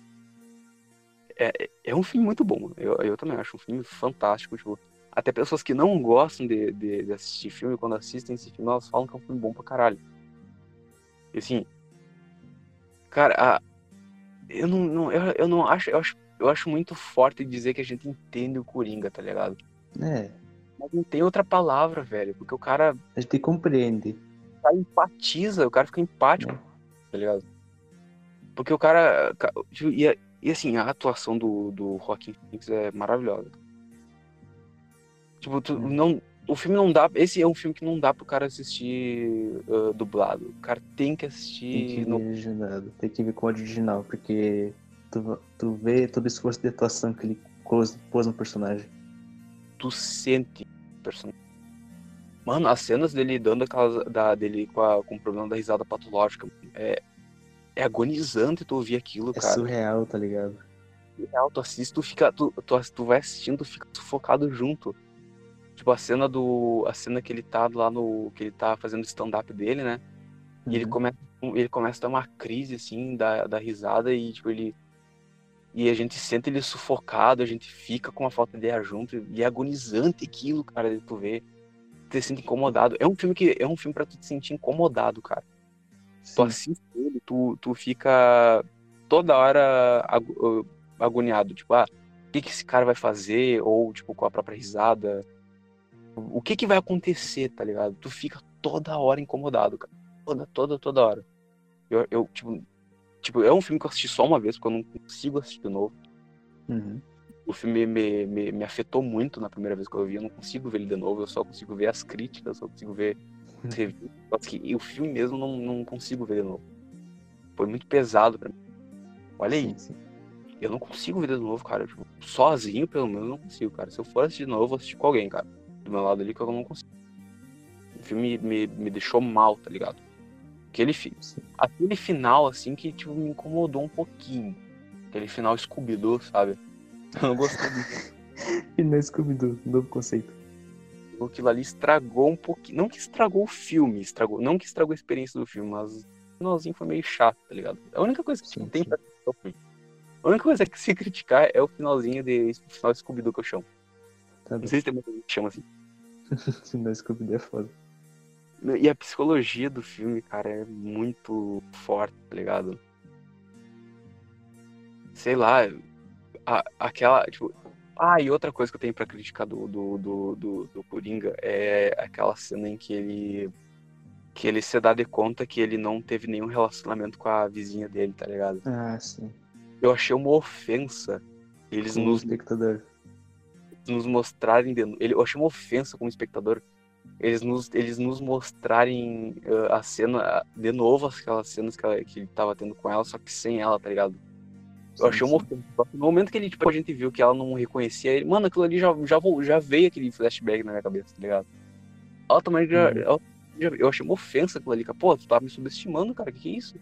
É um filme muito bom. Eu também acho um filme fantástico. Tipo, até pessoas que não gostam de assistir filme, quando assistem esse filme, elas falam que é um filme bom pra caralho. E assim, cara, eu não acho, eu acho muito forte dizer que a gente entende o Coringa, tá ligado? É, Mas não tem outra palavra, velho, porque o cara a gente compreende. empatiza, o cara fica empático, Né? tá ligado? Porque o cara, tipo, e assim, a atuação do Joaquin Phoenix é maravilhosa. Tipo, o filme não dá, esse é um filme que não dá pro cara assistir dublado. O cara tem que Tem que assistir ver legendado, tem que ver com o original, porque tu vê todo o esforço de atuação que ele pôs no personagem. tu sente o personagem. Mano, as cenas dele dando dele com o problema da risada patológica é agonizante tu ouvir aquilo, É cara. surreal, tá ligado? Real, tu assiste, tu vai assistindo, tu fica sufocado junto. Tipo, a cena que ele tá lá que ele tá fazendo o stand-up dele, né? E Uhum. ele começa a dar uma crise, assim, da risada e, tipo, e a gente sente ele sufocado, a gente fica com uma falta de ar junto, e é agonizante aquilo, cara, de tu ver, tu se sente incomodado. É um filme pra tu te sentir incomodado, cara. Tu Sim. assiste ele, tu fica toda hora agoniado, tipo, o que esse cara vai fazer? Ou, tipo, com a própria risada. O que vai acontecer, tá ligado? Tu fica toda hora incomodado, cara. Toda hora. Eu é um filme que eu assisti só uma vez, porque eu não consigo assistir de novo. Uhum. O filme me afetou muito na primeira vez que eu vi, eu não consigo ver ele de novo, eu só consigo ver as críticas, só consigo ver as reviews. E o filme mesmo não consigo ver de novo. Foi muito pesado pra mim. Olha aí, Sim. eu não consigo ver de novo, cara. Tipo, sozinho, pelo menos, eu não consigo, cara. Se eu for assistir de novo, eu vou assistir com alguém, cara. Do meu lado ali, que eu não consigo. O filme me deixou mal, tá ligado? Sim. Aquele final, assim, que tipo, me incomodou um pouquinho. Aquele final Scooby-Doo, sabe? Eu não gostei muito. E não Scooby-Doo, novo conceito. Aquilo ali estragou um pouquinho. Não que estragou o filme, não que estragou a experiência do filme, mas o finalzinho foi meio chato, tá ligado? A única coisa que Sim, tem sim. pra criticar o filme. A única coisa que se criticar é o finalzinho o final de Scooby-Doo que eu chamo. Tá Não bom. sei se tem muita gente que chama assim. Se não Scooby-Doo é foda. E a psicologia do filme, cara, é muito forte, tá ligado? Sei lá, aquela, tipo... e outra coisa que eu tenho pra criticar do Coringa é aquela cena em que ele se dá de conta que ele não teve nenhum relacionamento com a vizinha dele, tá ligado? Ah, sim. Eu achei uma ofensa eles Com o espectador. nos mostrarem... Eu achei uma ofensa como espectador eles nos mostrarem a cena, de novo, aquelas cenas que ele tava tendo com ela, só que sem ela, tá ligado? Eu achei uma ofensa. No momento que ele, tipo, a gente viu que ela não reconhecia ele, mano, aquilo ali já veio aquele flashback na minha cabeça, tá ligado? Automaticamente eu achei uma ofensa aquilo ali, cara. Pô, tu tava me subestimando, cara, que é isso?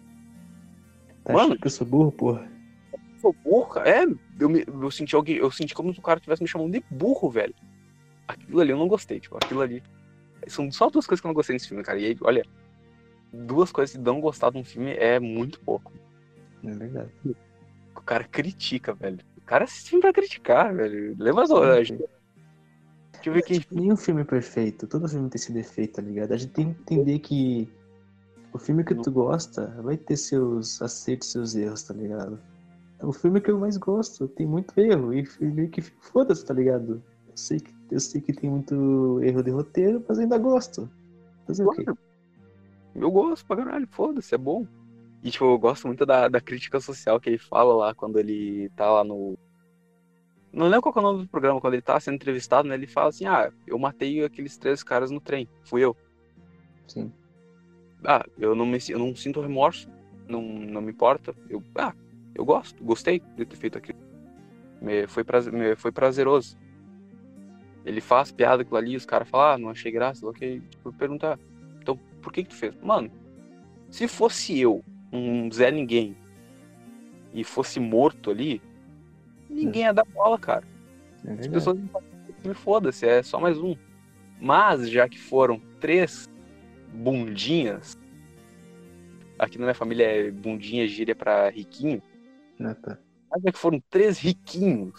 Tá Mano, achando que eu sou burro, porra? sou burro, cara. Eu senti como se o cara estivesse me chamando de burro, velho. Aquilo ali eu não gostei, tipo, aquilo ali. São só duas coisas que eu não gostei nesse filme, cara. E aí, olha, duas coisas que não gostar de um filme é muito pouco. É verdade. O cara critica, velho. O cara assiste filme pra criticar, velho. Lembra do... Deixa eu ver quem... Tipo, nenhum filme é perfeito. Todo filme tem esse defeito, tá ligado? A gente tem que entender que o filme que tu gosta vai ter seus acertos e seus erros, tá ligado? O filme que eu mais gosto tem muito erro. E meio que foda-se, tá ligado? Eu sei que tem muito erro de roteiro, mas ainda gosto. Fazer o quê? Eu gosto pra caralho, foda-se, é bom. E, tipo, eu gosto muito da crítica social que ele fala lá quando ele tá lá no... Não lembro qual que é o nome do programa, quando ele tá sendo entrevistado, né? Ele fala assim, eu matei aqueles 3 caras no trem, fui eu. Sim. Eu não sinto remorso, não me importa. Eu gostei de ter feito aquilo. Foi prazeroso. Ele faz piada aquilo ali, os caras falam, não achei graça, ok. Tipo, perguntar, então, por que tu fez? Mano, se fosse eu, um Zé Ninguém, e fosse morto ali, ninguém ia dar bola, cara. É As verdade. pessoas não me foda-se, é só mais um. Mas, já que foram 3 bundinhas, aqui na minha família é bundinha gíria pra riquinho, Ah, tá. mas já que foram 3 riquinhos,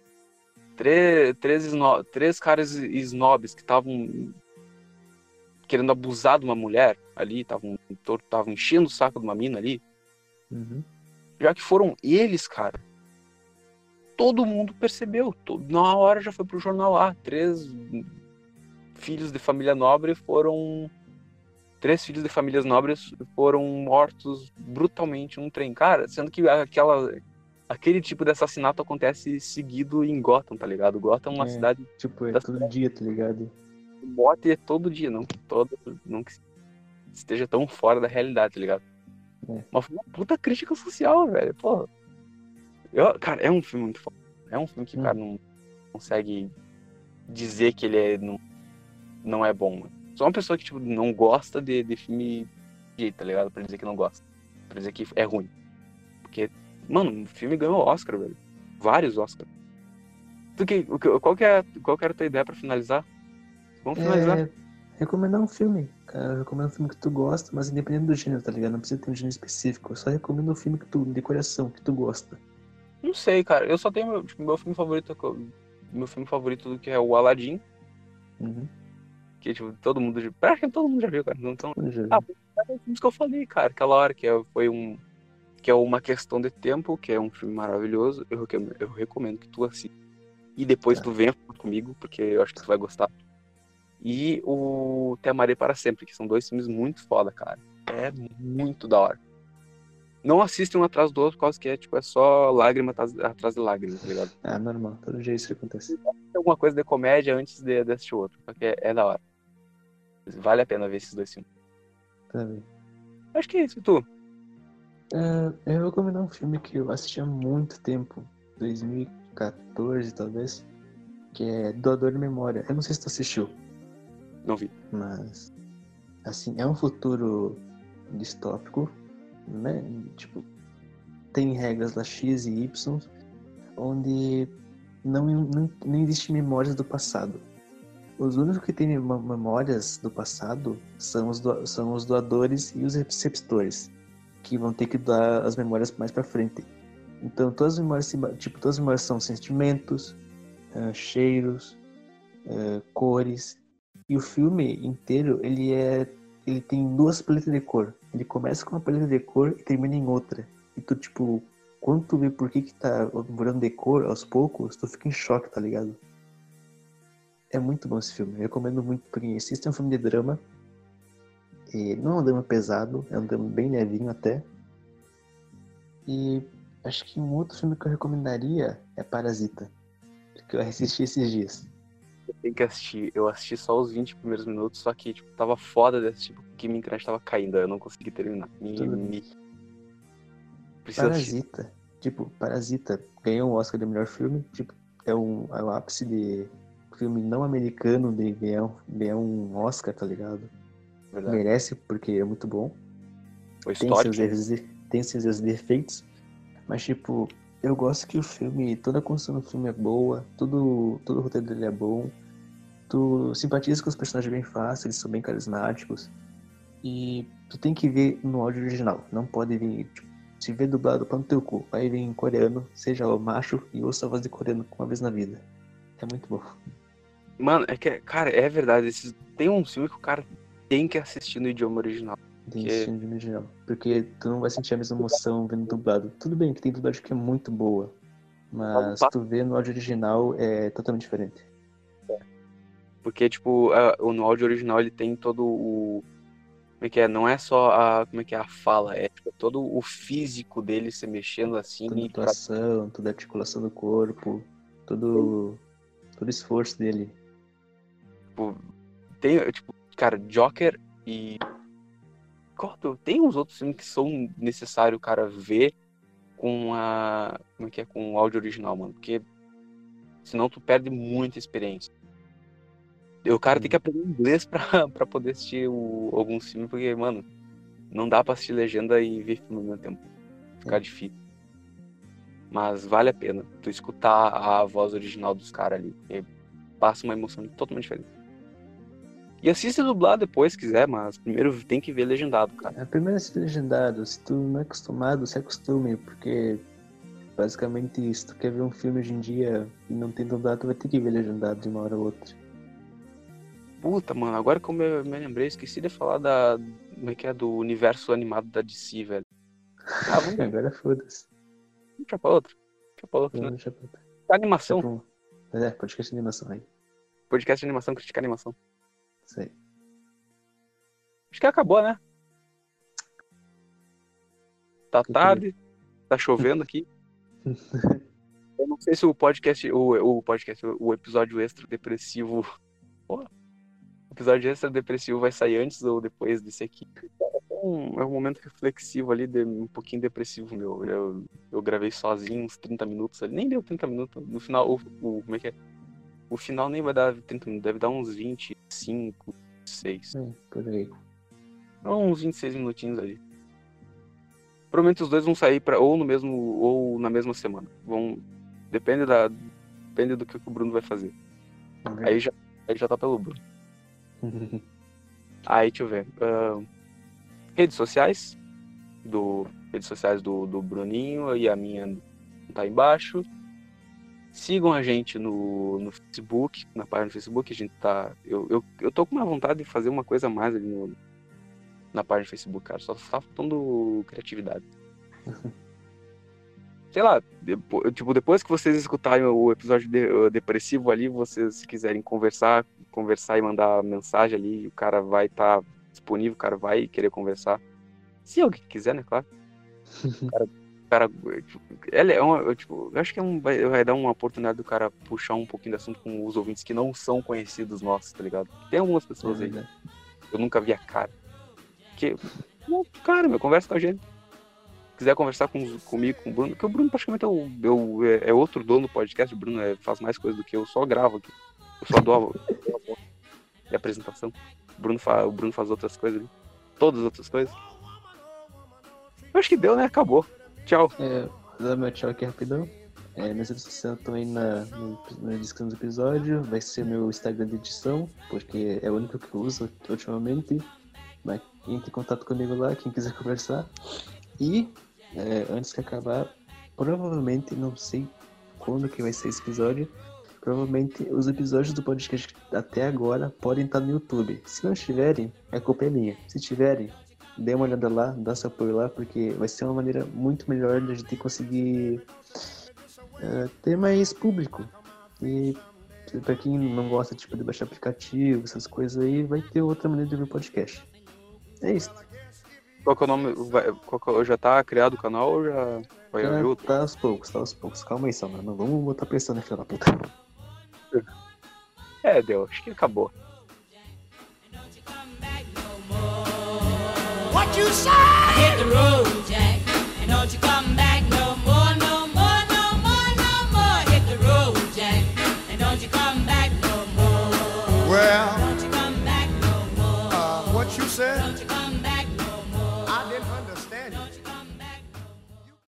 3 caras snobs que estavam querendo abusar de uma mulher ali, estavam enchendo o saco de uma mina ali, Uhum. já que foram eles, cara, todo mundo percebeu, na hora já foi pro jornal lá, 3 filhos de família nobre foram... 3 filhos de famílias nobres foram mortos brutalmente num trem, cara, sendo que aquele tipo de assassinato acontece seguido em Gotham, tá ligado? Gotham é uma cidade... Tipo, é todo dia, tá ligado? Morte é todo dia, não que esteja tão fora da realidade, tá ligado? Mas foi uma puta crítica social, velho, porra. Cara, é um filme muito foda. É um filme que o cara não consegue dizer que ele não é bom, mano. Só uma pessoa que, tipo, não gosta de filme de jeito, tá ligado? Pra dizer que não gosta. Pra dizer que é ruim. Porque, mano, o filme ganhou Oscar, velho. Vários Oscars. Qual que era a tua ideia pra finalizar? Vamos finalizar. Recomendar um filme. Cara, eu recomendo um filme que tu gosta, mas independente do gênero, tá ligado? Não precisa ter um gênero específico. Eu só recomendo um filme de coração, que tu gosta. Não sei, cara. Eu só tenho meu filme favorito. Meu filme favorito que é o Aladdin. Uhum. Que, tipo, todo mundo já viu, cara. Então, Já vi. foi filmes que eu falei, cara. Aquela hora que é Uma Questão de Tempo, que é um filme maravilhoso. Eu recomendo que tu assista. E depois tu venha falar comigo, porque eu acho que tu vai gostar. E o Te Amarei Para Sempre, que são 2 filmes muito foda, cara. é muito da hora. Não assistem um atrás do outro, por causa que é só lágrima atrás de lágrima, tá ligado? Ah, normal, todo dia isso acontece. Tem alguma coisa de comédia antes de assistir o outro, porque é da hora. Vale a pena ver esses dois filmes. Tá bem. Acho que é isso, tu. Eu vou recomendar um filme que eu assisti há muito tempo, 2014 talvez, que é Doador de Memória. Eu não sei se tu assistiu, Não vi. mas assim, é um futuro distópico, né? Tipo, tem regras lá X e Y, onde não existe memórias do passado. Os únicos que têm memórias do passado são os doadores e os receptores, que vão ter que doar as memórias mais pra frente. Então todas as memórias, todas as memórias são sentimentos, cheiros, cores. E o filme inteiro, ele tem duas paletas de cor. Ele começa com uma paleta de cor e termina em outra. E tu, tipo, quando tu vê por que tá mudando de cor aos poucos, tu fica em choque, tá ligado? É muito bom esse filme. Eu recomendo muito pra quem assiste. É um filme de drama. E não é um drama pesado, é um drama bem levinho até. E acho que um outro filme que eu recomendaria é Parasita, que eu assisti esses dias. Tem que assistir. Eu assisti só os 20 primeiros minutos, só que, tipo, tava foda de assistir, porque minha internet tava caindo, eu não consegui terminar. Tudo bem. Preciso assistir. Parasita ganhou um Oscar de melhor filme. Tipo, é o ápice de filme não americano de ganhar um Oscar, tá ligado? Verdade. Merece, porque é muito bom. Foi Tem histórico. seus erros e defeitos, mas tipo, eu gosto que o filme, toda a construção do filme é boa, todo o roteiro dele é bom, tu simpatiza com os personagens bem fácil, eles são bem carismáticos, e tu tem que ver no áudio original, não pode vir, tipo, se vê dublado pra no teu cu, vai vir em coreano, seja o macho e ouça a voz de coreano uma vez na vida. É muito bom. Mano, é que, cara, é verdade. Tem um filme que o cara tem que assistir no idioma original. Tem Que- esse filme de original, porque tu não vai sentir a mesma emoção vendo dublado. Tudo bem que tem dublagem que é muito boa, mas tu vê no áudio original é totalmente diferente. Porque, tipo, no áudio original ele tem todo o. Como é que é? Não é só como é que é a fala, é tipo, todo o físico dele se mexendo assim. Toda a atuação, toda a articulação do corpo, todo o esforço dele. Tem, tipo, cara, Joker e. Tem uns outros filmes que são necessários o cara ver com como é que é? Com o áudio original, mano. Porque senão tu perde muita experiência. E o cara tem que aprender inglês pra poder assistir alguns filmes, porque, mano, não dá pra assistir legenda e ver filme ao mesmo tempo. Fica difícil. Mas vale a pena tu escutar a voz original dos caras ali. Porque passa uma emoção totalmente diferente. E assiste dublado depois, se quiser, mas primeiro tem que ver legendado, cara. A primeira é legendado, se tu não é acostumado, se acostume, porque basicamente se tu quer ver um filme hoje em dia e não tem dublado, tu vai ter que ver legendado de uma hora a outra. Puta, mano, agora que eu me lembrei, esqueci de falar como é que é, do universo animado da DC, velho. Vamos Agora foda-se. deixar pra outra. Deixa pra outra, né? Deixa pra Animação. podcast de animação aí. Podcast de animação, criticar animação. Isso aí. Acho que acabou, né? Tá Que tarde, tá chovendo aqui. Eu não sei se o podcast, o episódio extra depressivo. Porra, o episódio extra depressivo vai sair antes ou depois desse aqui. É um momento reflexivo ali, um pouquinho depressivo, meu. Eu gravei sozinho uns 30 minutos ali. Nem deu 30 minutos. No final, como é que é? O final nem vai dar 30 minutos, deve dar uns 25, 6. Por aí. Uns 26 minutinhos ali. Provavelmente os dois vão sair ou na mesma semana. Depende do que o Bruno vai fazer. Aí já tá pelo Bruno. Aí, deixa eu ver. Redes sociais do Bruninho e a minha tá aí embaixo. Sigam a gente no Facebook, na página do Facebook. A gente tá. Eu tô com uma vontade de fazer uma coisa a mais ali na página do Facebook, cara. Só tá faltando criatividade. Sei lá, depois que vocês escutarem o episódio depressivo ali, vocês se quiserem conversar e mandar mensagem ali, o cara vai estar disponível, o cara vai querer conversar. Se alguém quiser, né, claro. Cara, tipo, eu acho que vai dar uma oportunidade do cara puxar um pouquinho de assunto com os ouvintes que não são conhecidos nossos, tá ligado? Tem algumas pessoas aí, né? eu nunca vi a cara. Que, cara, conversa com a gente. Se quiser conversar comigo, com o Bruno, porque o Bruno praticamente é outro dono do podcast, o Bruno faz mais coisa do que eu, só gravo aqui. Eu só dou a voz e a apresentação. O Bruno faz outras coisas ali. Todas as outras coisas. Eu acho que deu, né? Acabou. Tchau. Vou dar meu tchau aqui rapidão. Minhas redes sociais estão aí na descrição do episódio. Vai ser meu Instagram de edição, porque é o único que eu uso ultimamente. Mas entre em contato comigo lá, quem quiser conversar. E, antes que acabar, provavelmente, não sei quando que vai ser esse episódio, provavelmente os episódios do podcast até agora podem estar no YouTube. Se não estiverem, a culpa é minha. Se tiverem, dê uma olhada lá, dá seu apoio lá, porque vai ser uma maneira muito melhor de a gente conseguir ter mais público. E pra quem não gosta tipo, de baixar aplicativo, essas coisas aí, vai ter outra maneira de ver podcast. É isso. Qual que é o nome? Já tá criado o canal ou já vai haver outro? Tá aos poucos. Calma aí, só, mano. Não vamos botar pressão na filha da puta. Deu. Acho que acabou. What you say? Hit the road, Jack, and don't you come back.